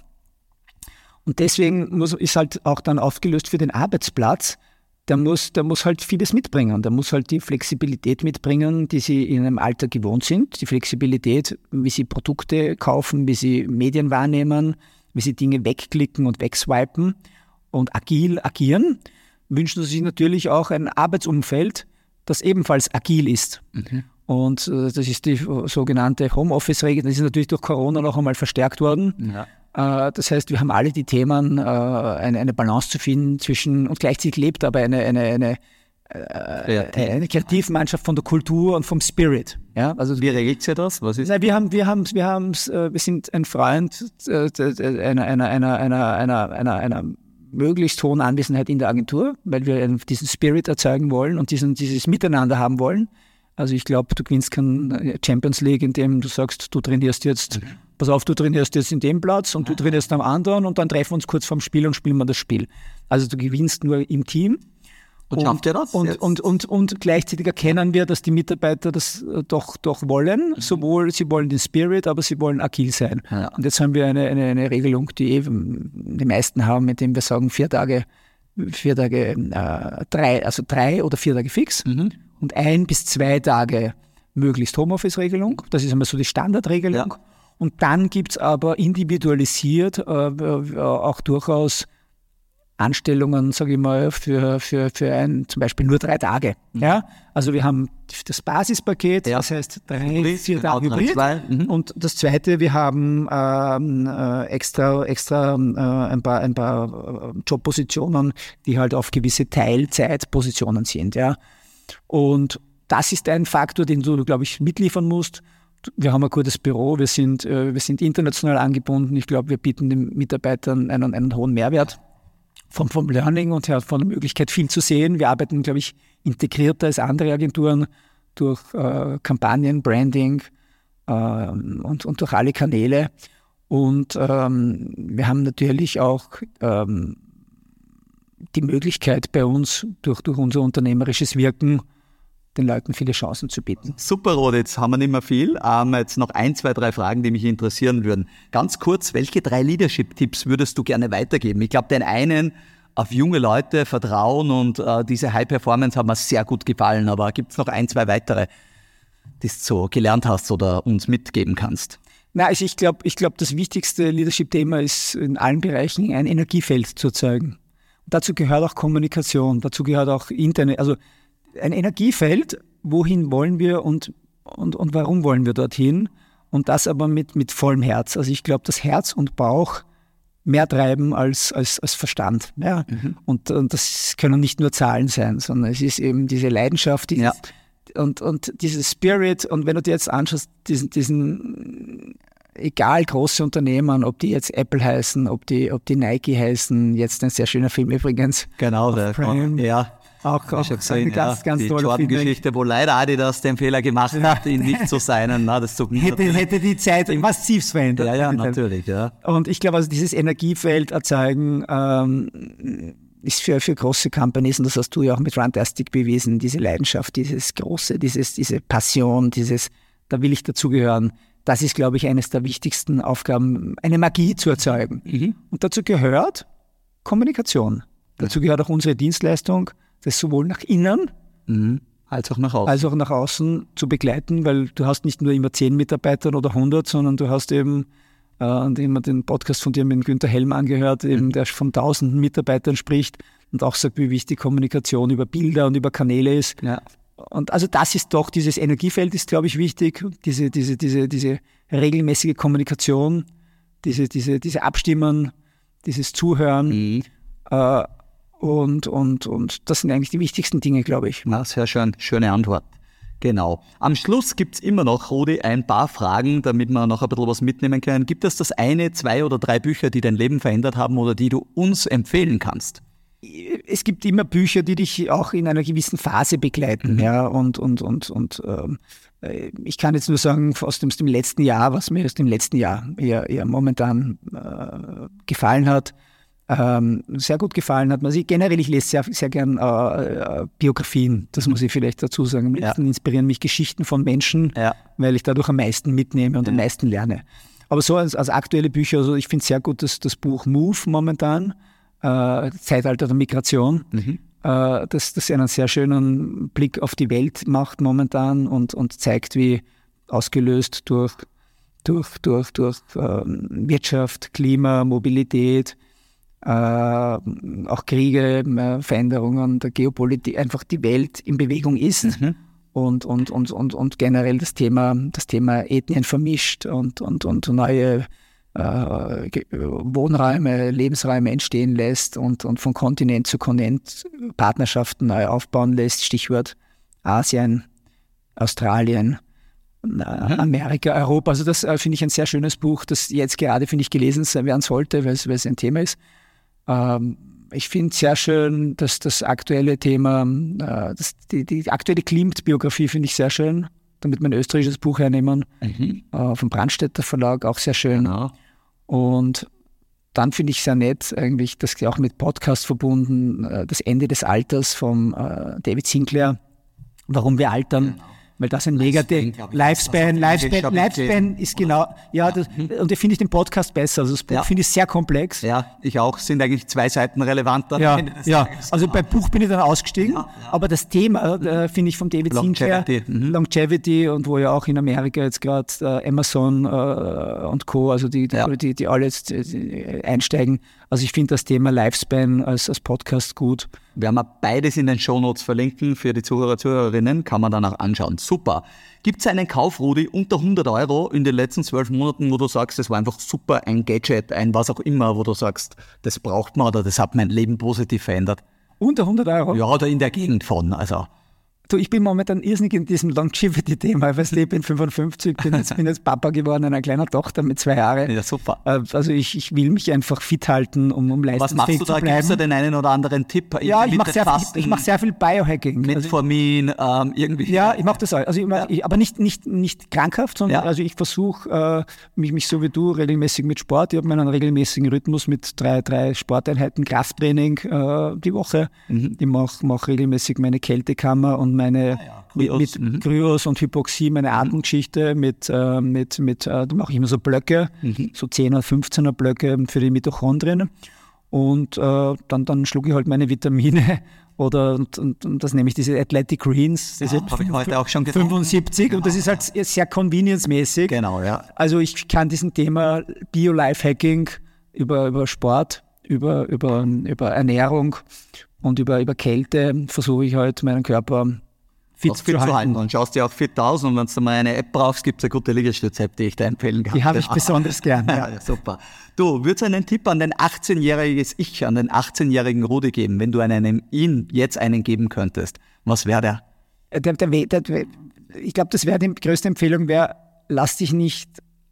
Und deswegen muss, ist halt auch dann aufgelöst für den Arbeitsplatz, der muss, der muss halt vieles mitbringen. Der muss halt die Flexibilität mitbringen, die sie in einem Alter gewohnt sind. Die Flexibilität, wie sie Produkte kaufen, wie sie Medien wahrnehmen, wie sie Dinge wegklicken und wegswipen und agil agieren. Wünschen sie sich natürlich auch ein Arbeitsumfeld, das ebenfalls agil ist. Mhm. Und äh, das ist die sogenannte Homeoffice-Regel. Das ist natürlich durch Corona noch einmal verstärkt worden. Ja. Das heißt, wir haben alle die Themen, eine, eine Balance zu finden zwischen, und gleichzeitig lebt aber eine, eine, eine, Kreativ. eine Kreativmannschaft von der Kultur und vom Spirit. Ja, also, wie regelt ihr das? Was ist? Nein, wir haben, wir haben, wir haben, wir sind ein Freund einer, einer, einer, einer, einer, einer, einer möglichst hohen Anwesenheit in der Agentur, weil wir diesen Spirit erzeugen wollen und diesen, dieses Miteinander haben wollen. Also ich glaube, du gewinnst keine Champions League, indem du sagst, du trainierst jetzt, mhm. pass auf, du trainierst jetzt in dem Platz und du trainierst am anderen und dann treffen wir uns kurz vorm Spiel und spielen wir das Spiel. Also du gewinnst nur im Team. Und, und schafft ihr das? Und, und, und, und gleichzeitig erkennen wir, dass die Mitarbeiter das doch, doch wollen. Mhm. Sowohl sie wollen den Spirit, aber sie wollen agil sein. Ja. Und jetzt haben wir eine, eine, eine Regelung, die eben die meisten haben, mit dem wir sagen, vier Tage, vier Tage, äh, drei, also drei oder vier Tage fix. Mhm. Und ein bis zwei Tage möglichst Homeoffice-Regelung. Das ist einmal so die Standardregelung. Ja. Und dann gibt es aber individualisiert äh, auch durchaus Anstellungen, sage ich mal, für, für, für ein, zum Beispiel nur drei Tage. Mhm. Ja? Also wir haben das Basispaket, ja. Das heißt drei, vier Tage Hybrid. Mhm. Und das Zweite, wir haben ähm, äh, extra, extra äh, ein paar, ein paar Jobpositionen, die halt auf gewisse Teilzeitpositionen sind. Ja? Und das ist ein Faktor, den du, glaube ich, mitliefern musst. Wir haben ein gutes Büro, wir sind, äh, wir sind international angebunden. Ich glaube, wir bieten den Mitarbeitern einen, einen hohen Mehrwert vom, vom Learning und her von der Möglichkeit, viel zu sehen. Wir arbeiten, glaube ich, integrierter als andere Agenturen durch äh, Kampagnen, Branding äh, und, und durch alle Kanäle. Und ähm, wir haben natürlich auch ähm, die Möglichkeit bei uns, durch, durch unser unternehmerisches Wirken, den Leuten viele Chancen zu bieten. Super, Rodi, jetzt haben wir nicht mehr viel. Ähm, jetzt noch ein, zwei, drei Fragen, die mich interessieren würden. Ganz kurz, welche drei Leadership-Tipps würdest du gerne weitergeben? Ich glaube, den einen, auf junge Leute vertrauen und äh, diese High Performance hat mir sehr gut gefallen, aber gibt es noch ein, zwei weitere? die du so gelernt hast oder uns mitgeben kannst? Na, also ich glaube, ich glaube, das wichtigste Leadership-Thema ist in allen Bereichen ein Energiefeld zu erzeugen. Und dazu gehört auch Kommunikation, dazu gehört auch Internet, also ein Energiefeld, wohin wollen wir und, und, und warum wollen wir dorthin? Und das aber mit, mit vollem Herz. Also ich glaube, dass Herz und Bauch mehr treiben als, als, als Verstand. Ja? Mhm. Und, und das können nicht nur Zahlen sein, sondern es ist eben diese Leidenschaft, dieses, ja. und, und dieses Spirit. Und wenn du dir jetzt anschaust, diesen, diesen egal große Unternehmen, ob die jetzt Apple heißen, ob die, ob die Nike heißen, jetzt ein sehr schöner Film übrigens. Genau, der Prime. Ja. Auch, auch gesehen, eine ganz, ja, ganz die tolle Jordan-Geschichte, wo leider Adidas den Fehler gemacht hat, ihn nicht zu seinen. Na, das so hätte, hätte die Zeit massiv verändert. Ja, ja, natürlich. Ja. Und ich glaube, also dieses Energiefeld erzeugen ähm, ist für, für große Companies, und das hast du ja auch mit Runtastic bewiesen, diese Leidenschaft, dieses Große, dieses, diese Passion, dieses, da will ich dazugehören. Das ist, glaube ich, eines der wichtigsten Aufgaben, eine Magie zu erzeugen. Mhm. Und dazu gehört Kommunikation. Dazu gehört auch unsere Dienstleistung, das sowohl nach innen mhm. als auch nach außen. als auch nach außen zu begleiten, weil du hast nicht nur immer zehn Mitarbeiter oder hundert, sondern du hast eben, äh, und immer den Podcast von dir mit Günther Helm angehört, eben, mhm. der von tausenden Mitarbeitern spricht und auch sagt, wie wichtig Kommunikation über Bilder und über Kanäle ist. Ja. Und also das ist doch, dieses Energiefeld ist, glaube ich, wichtig, diese, diese, diese, diese regelmäßige Kommunikation, diese, diese, diese Abstimmen, dieses Zuhören, mhm. äh, Und, und, und das sind eigentlich die wichtigsten Dinge, glaube ich. Ja, sehr schön, schöne Antwort. Genau. Am Schluss gibt es immer noch, Rudi, ein paar Fragen, damit wir noch ein bisschen was mitnehmen können. Gibt es das eine, zwei oder drei Bücher, die dein Leben verändert haben oder die du uns empfehlen kannst? Es gibt immer Bücher, die dich auch in einer gewissen Phase begleiten. Mhm. Ja, und und, und, und ähm, ich kann jetzt nur sagen, aus dem, aus dem letzten Jahr, was mir aus dem letzten Jahr eher, eher momentan äh, gefallen hat, Ähm, sehr gut gefallen hat. Also ich, generell, ich lese sehr, sehr gern äh, äh, Biografien, das muss ich vielleicht dazu sagen. Am liebsten ja. inspirieren mich Geschichten von Menschen, ja. weil ich dadurch am meisten mitnehme und ja. am meisten lerne. Aber so als, als aktuelle Bücher, also ich finde sehr gut das, das Buch Move momentan, äh, Zeitalter der Migration, mhm. äh, das, das einen sehr schönen Blick auf die Welt macht momentan und, und zeigt, wie ausgelöst durch, durch, durch, durch äh, Wirtschaft, Klima, Mobilität, Äh, auch Kriege, äh, Veränderungen der Geopolitik, einfach die Welt in Bewegung ist mhm. und, und, und, und, und generell das Thema, das Thema Ethnien vermischt und, und, und neue äh, Wohnräume, Lebensräume entstehen lässt und, und von Kontinent zu Kontinent Partnerschaften neu aufbauen lässt. Stichwort Asien, Australien, mhm. Amerika, Europa. Also das äh, finde ich ein sehr schönes Buch, das jetzt gerade, finde ich, gelesen werden sollte, weil es, weil es ein Thema ist. Ähm, ich finde es sehr schön, dass das aktuelle Thema, äh, das, die, die aktuelle Klimt-Biografie finde ich sehr schön, damit wir ein österreichisches Buch hernehmen, mhm. äh, vom Brandstätter Verlag, auch sehr schön. Genau. Und dann finde ich sehr nett, eigentlich, das auch mit Podcast verbunden, äh, das Ende des Alters von äh, David Sinclair, warum wir altern. Genau. Weil das ein negativ Lifespan, Lifespan, Lifespan ist genau, ja, das, und da finde ich den Podcast besser. Also das Buch ja. finde ich sehr komplex. Ja, ich auch, sind eigentlich zwei Seiten relevanter. Ja, ja. Also beim Buch bin ich dann ausgestiegen, ja, ja. aber das Thema äh, finde ich von David Sinclair, mhm. Longevity, und wo ja auch in Amerika jetzt gerade äh, Amazon äh, und Co., also die, die, ja. die, die alle jetzt äh, einsteigen. Also ich finde das Thema Lifespan als, als Podcast gut. Wir haben beides in den Shownotes verlinken für die Zuhörer, Zuhörerinnen, kann man danach anschauen. Super. Gibt es einen Kauf, Rudi, unter hundert Euro in den letzten zwölf Monaten, wo du sagst, das war einfach super, ein Gadget, ein was auch immer, wo du sagst, das braucht man oder das hat mein Leben positiv verändert? Unter hundert Euro? Ja, oder in der Gegend von, also... Du, ich bin momentan irrsinnig in diesem Longevity-Thema, weil ich bin fünfundfünfzig, bin jetzt, bin jetzt Papa geworden, einer kleinen Tochter mit zwei Jahren. Ja, super. Also ich, ich will mich einfach fit halten, um, um leistungsfähig zu bleiben. Was machst du da? Gibst du den einen oder anderen Tipp? Ja, ich mache sehr, mach sehr viel Biohacking. Metformin, also, ähm, irgendwie. Ja, ich mache das auch. Also ich mach, ja. ich, aber nicht, nicht, nicht krankhaft, sondern ja. also ich versuche äh, mich, mich so wie du regelmäßig mit Sport. Ich habe meinen regelmäßigen Rhythmus mit drei, drei Sporteinheiten Krafttraining äh, die Woche. Mhm. Ich mache mach regelmäßig meine Kältekammer und meine... Ah, ja. Mit, mit mhm. Kryos und Hypoxie, meine Atemgeschichte, mit, äh, mit, mit äh, da mache ich immer so Blöcke, mhm. so zehner, fünfzehner Blöcke für die Mitochondrien. Und äh, dann, dann schlug ich halt meine Vitamine oder und, und, und das nehme ich diese Athletic Greens, diese ja, habe ich heute auch schon getrunken. fünfundsiebzig Genau. Und das ist halt sehr convenience-mäßig. Genau, ja. Also ich kann diesen Thema Bio-Lifehacking über, über Sport, über, über, über Ernährung und über, über Kälte versuche ich halt meinen Körper fit, fit zu halten. halten. Und schaust dir auch fit aus und wenn du mal eine App brauchst, gibt es eine gute Liegestütz-App, die ich dir empfehlen kann. Die habe ich besonders gern. Ja. Ja, super. Du, würdest du einen Tipp an den achtzehnjähriges Ich, an den achtzehnjährigen Rudi geben, wenn du einen ihm jetzt einen geben könntest? Was wäre der? Der, der, der, der? Ich glaube, das wäre die größte Empfehlung, wäre, lass dich nicht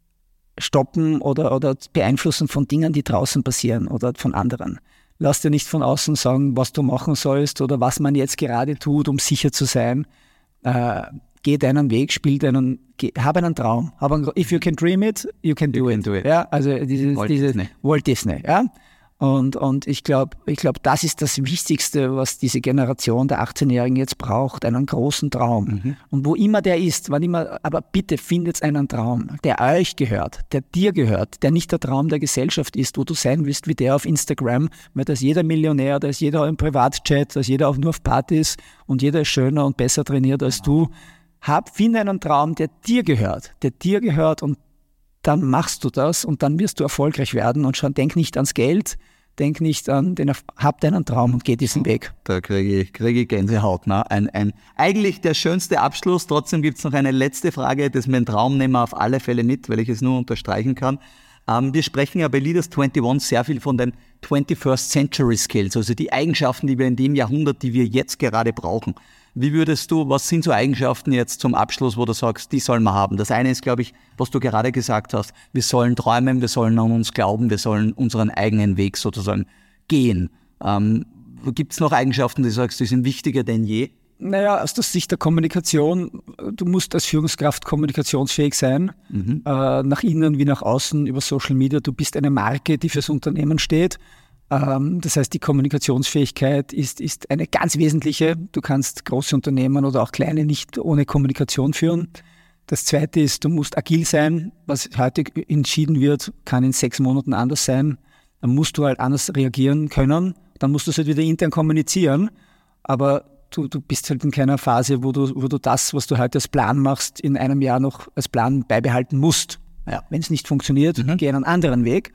stoppen oder, oder beeinflussen von Dingen, die draußen passieren oder von anderen. Lass dir nicht von außen sagen, was du machen sollst oder was man jetzt gerade tut, um sicher zu sein. Äh, geh deinen Weg, spiel deinen, geh, hab einen Traum. Hab einen, if you can dream it, you can do, you it. Can do it. Ja, also dieses, Walt dieses Disney. Walt Disney. Ja? Und, und ich glaube, ich glaub, das ist das Wichtigste, was diese Generation der achtzehnjährigen jetzt braucht, einen großen Traum. Mhm. Und wo immer der ist, wann immer, aber bitte findet einen Traum, der euch gehört, der dir gehört, der nicht der Traum der Gesellschaft ist, wo du sein willst wie der auf Instagram, weil da ist jeder Millionär, da ist jeder im Privatchat, da ist jeder auch nur auf Partys und jeder ist schöner und besser trainiert als du. Hab, finde einen Traum, der dir gehört, der dir gehört und dann machst du das und dann wirst du erfolgreich werden und schon denk nicht ans Geld, denk nicht an den, hab deinen Traum und geh diesen Weg. Da kriege ich, kriege ich Gänsehaut. Ne? Ein, ein, eigentlich der schönste Abschluss. Trotzdem gibt es noch eine letzte Frage, das mein Traum nehmen wir auf alle Fälle mit, weil ich es nur unterstreichen kann. Ähm, wir sprechen ja bei Leaders einundzwanzig sehr viel von den twenty-first Century Skills, also die Eigenschaften, die wir in dem Jahrhundert, die wir jetzt gerade brauchen. Wie würdest du, was sind so Eigenschaften jetzt zum Abschluss, wo du sagst, die sollen wir haben? Das eine ist, glaube ich, was du gerade gesagt hast. Wir sollen träumen, wir sollen an uns glauben, wir sollen unseren eigenen Weg sozusagen gehen. Ähm, gibt es noch Eigenschaften, die du sagst, die sind wichtiger denn je? Naja, aus der Sicht der Kommunikation, du musst als Führungskraft kommunikationsfähig sein, mhm. äh, nach innen wie nach außen über Social Media. Du bist eine Marke, die fürs Unternehmen steht. Das heißt, die Kommunikationsfähigkeit ist, ist eine ganz wesentliche. Du kannst große Unternehmen oder auch kleine nicht ohne Kommunikation führen. Das Zweite ist, du musst agil sein. Was heute entschieden wird, kann in sechs Monaten anders sein. Dann musst du halt anders reagieren können. Dann musst du es halt wieder intern kommunizieren. Aber du, du bist halt in keiner Phase, wo du, wo du das, was du heute als Plan machst, in einem Jahr noch als Plan beibehalten musst. Ja, wenn es nicht funktioniert, mhm. geh einen anderen Weg.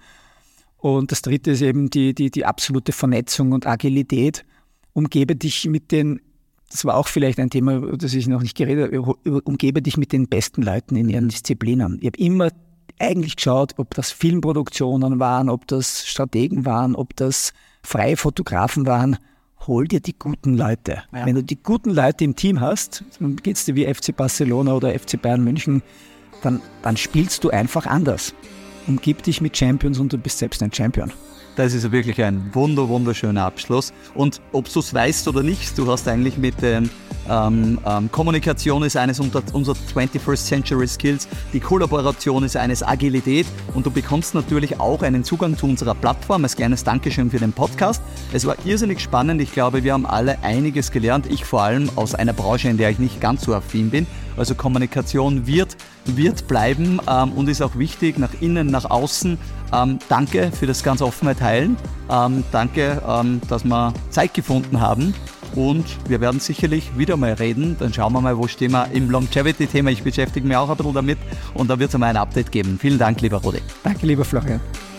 Und das Dritte ist eben die, die, die absolute Vernetzung und Agilität. Umgebe dich mit den, das war auch vielleicht ein Thema, das ich noch nicht geredet habe, umgebe dich mit den besten Leuten in ihren Disziplinen. Ich habe immer eigentlich geschaut, ob das Filmproduktionen waren, ob das Strategen waren, ob das freie Fotografen waren. Hol dir die guten Leute. Ja. Wenn du die guten Leute im Team hast, dann geht es dir wie F C Barcelona oder F C Bayern München, dann, dann spielst du einfach anders. Umgib dich mit Champions und du bist selbst ein Champion. Das ist wirklich ein wunder, wunderschöner Abschluss. Und ob du es weißt oder nicht, du hast eigentlich mit dem ähm, ähm, Kommunikation ist eines unserer twenty-first Century Skills, die Kollaboration ist eines Agilität und du bekommst natürlich auch einen Zugang zu unserer Plattform als kleines Dankeschön für den Podcast. Es war irrsinnig spannend. Ich glaube, wir haben alle einiges gelernt. Ich vor allem aus einer Branche, in der ich nicht ganz so affin bin. Also Kommunikation wird, wird bleiben ähm, und ist auch wichtig nach innen, nach außen. Ähm, danke für das ganz offene Teilen. Ähm, danke, ähm, dass wir Zeit gefunden haben. Und wir werden sicherlich wieder mal reden. Dann schauen wir mal, wo stehen wir im Longevity-Thema. Ich beschäftige mich auch ein bisschen damit und da wird es einmal ein Update geben. Vielen Dank, lieber Rudi. Danke, lieber Florian.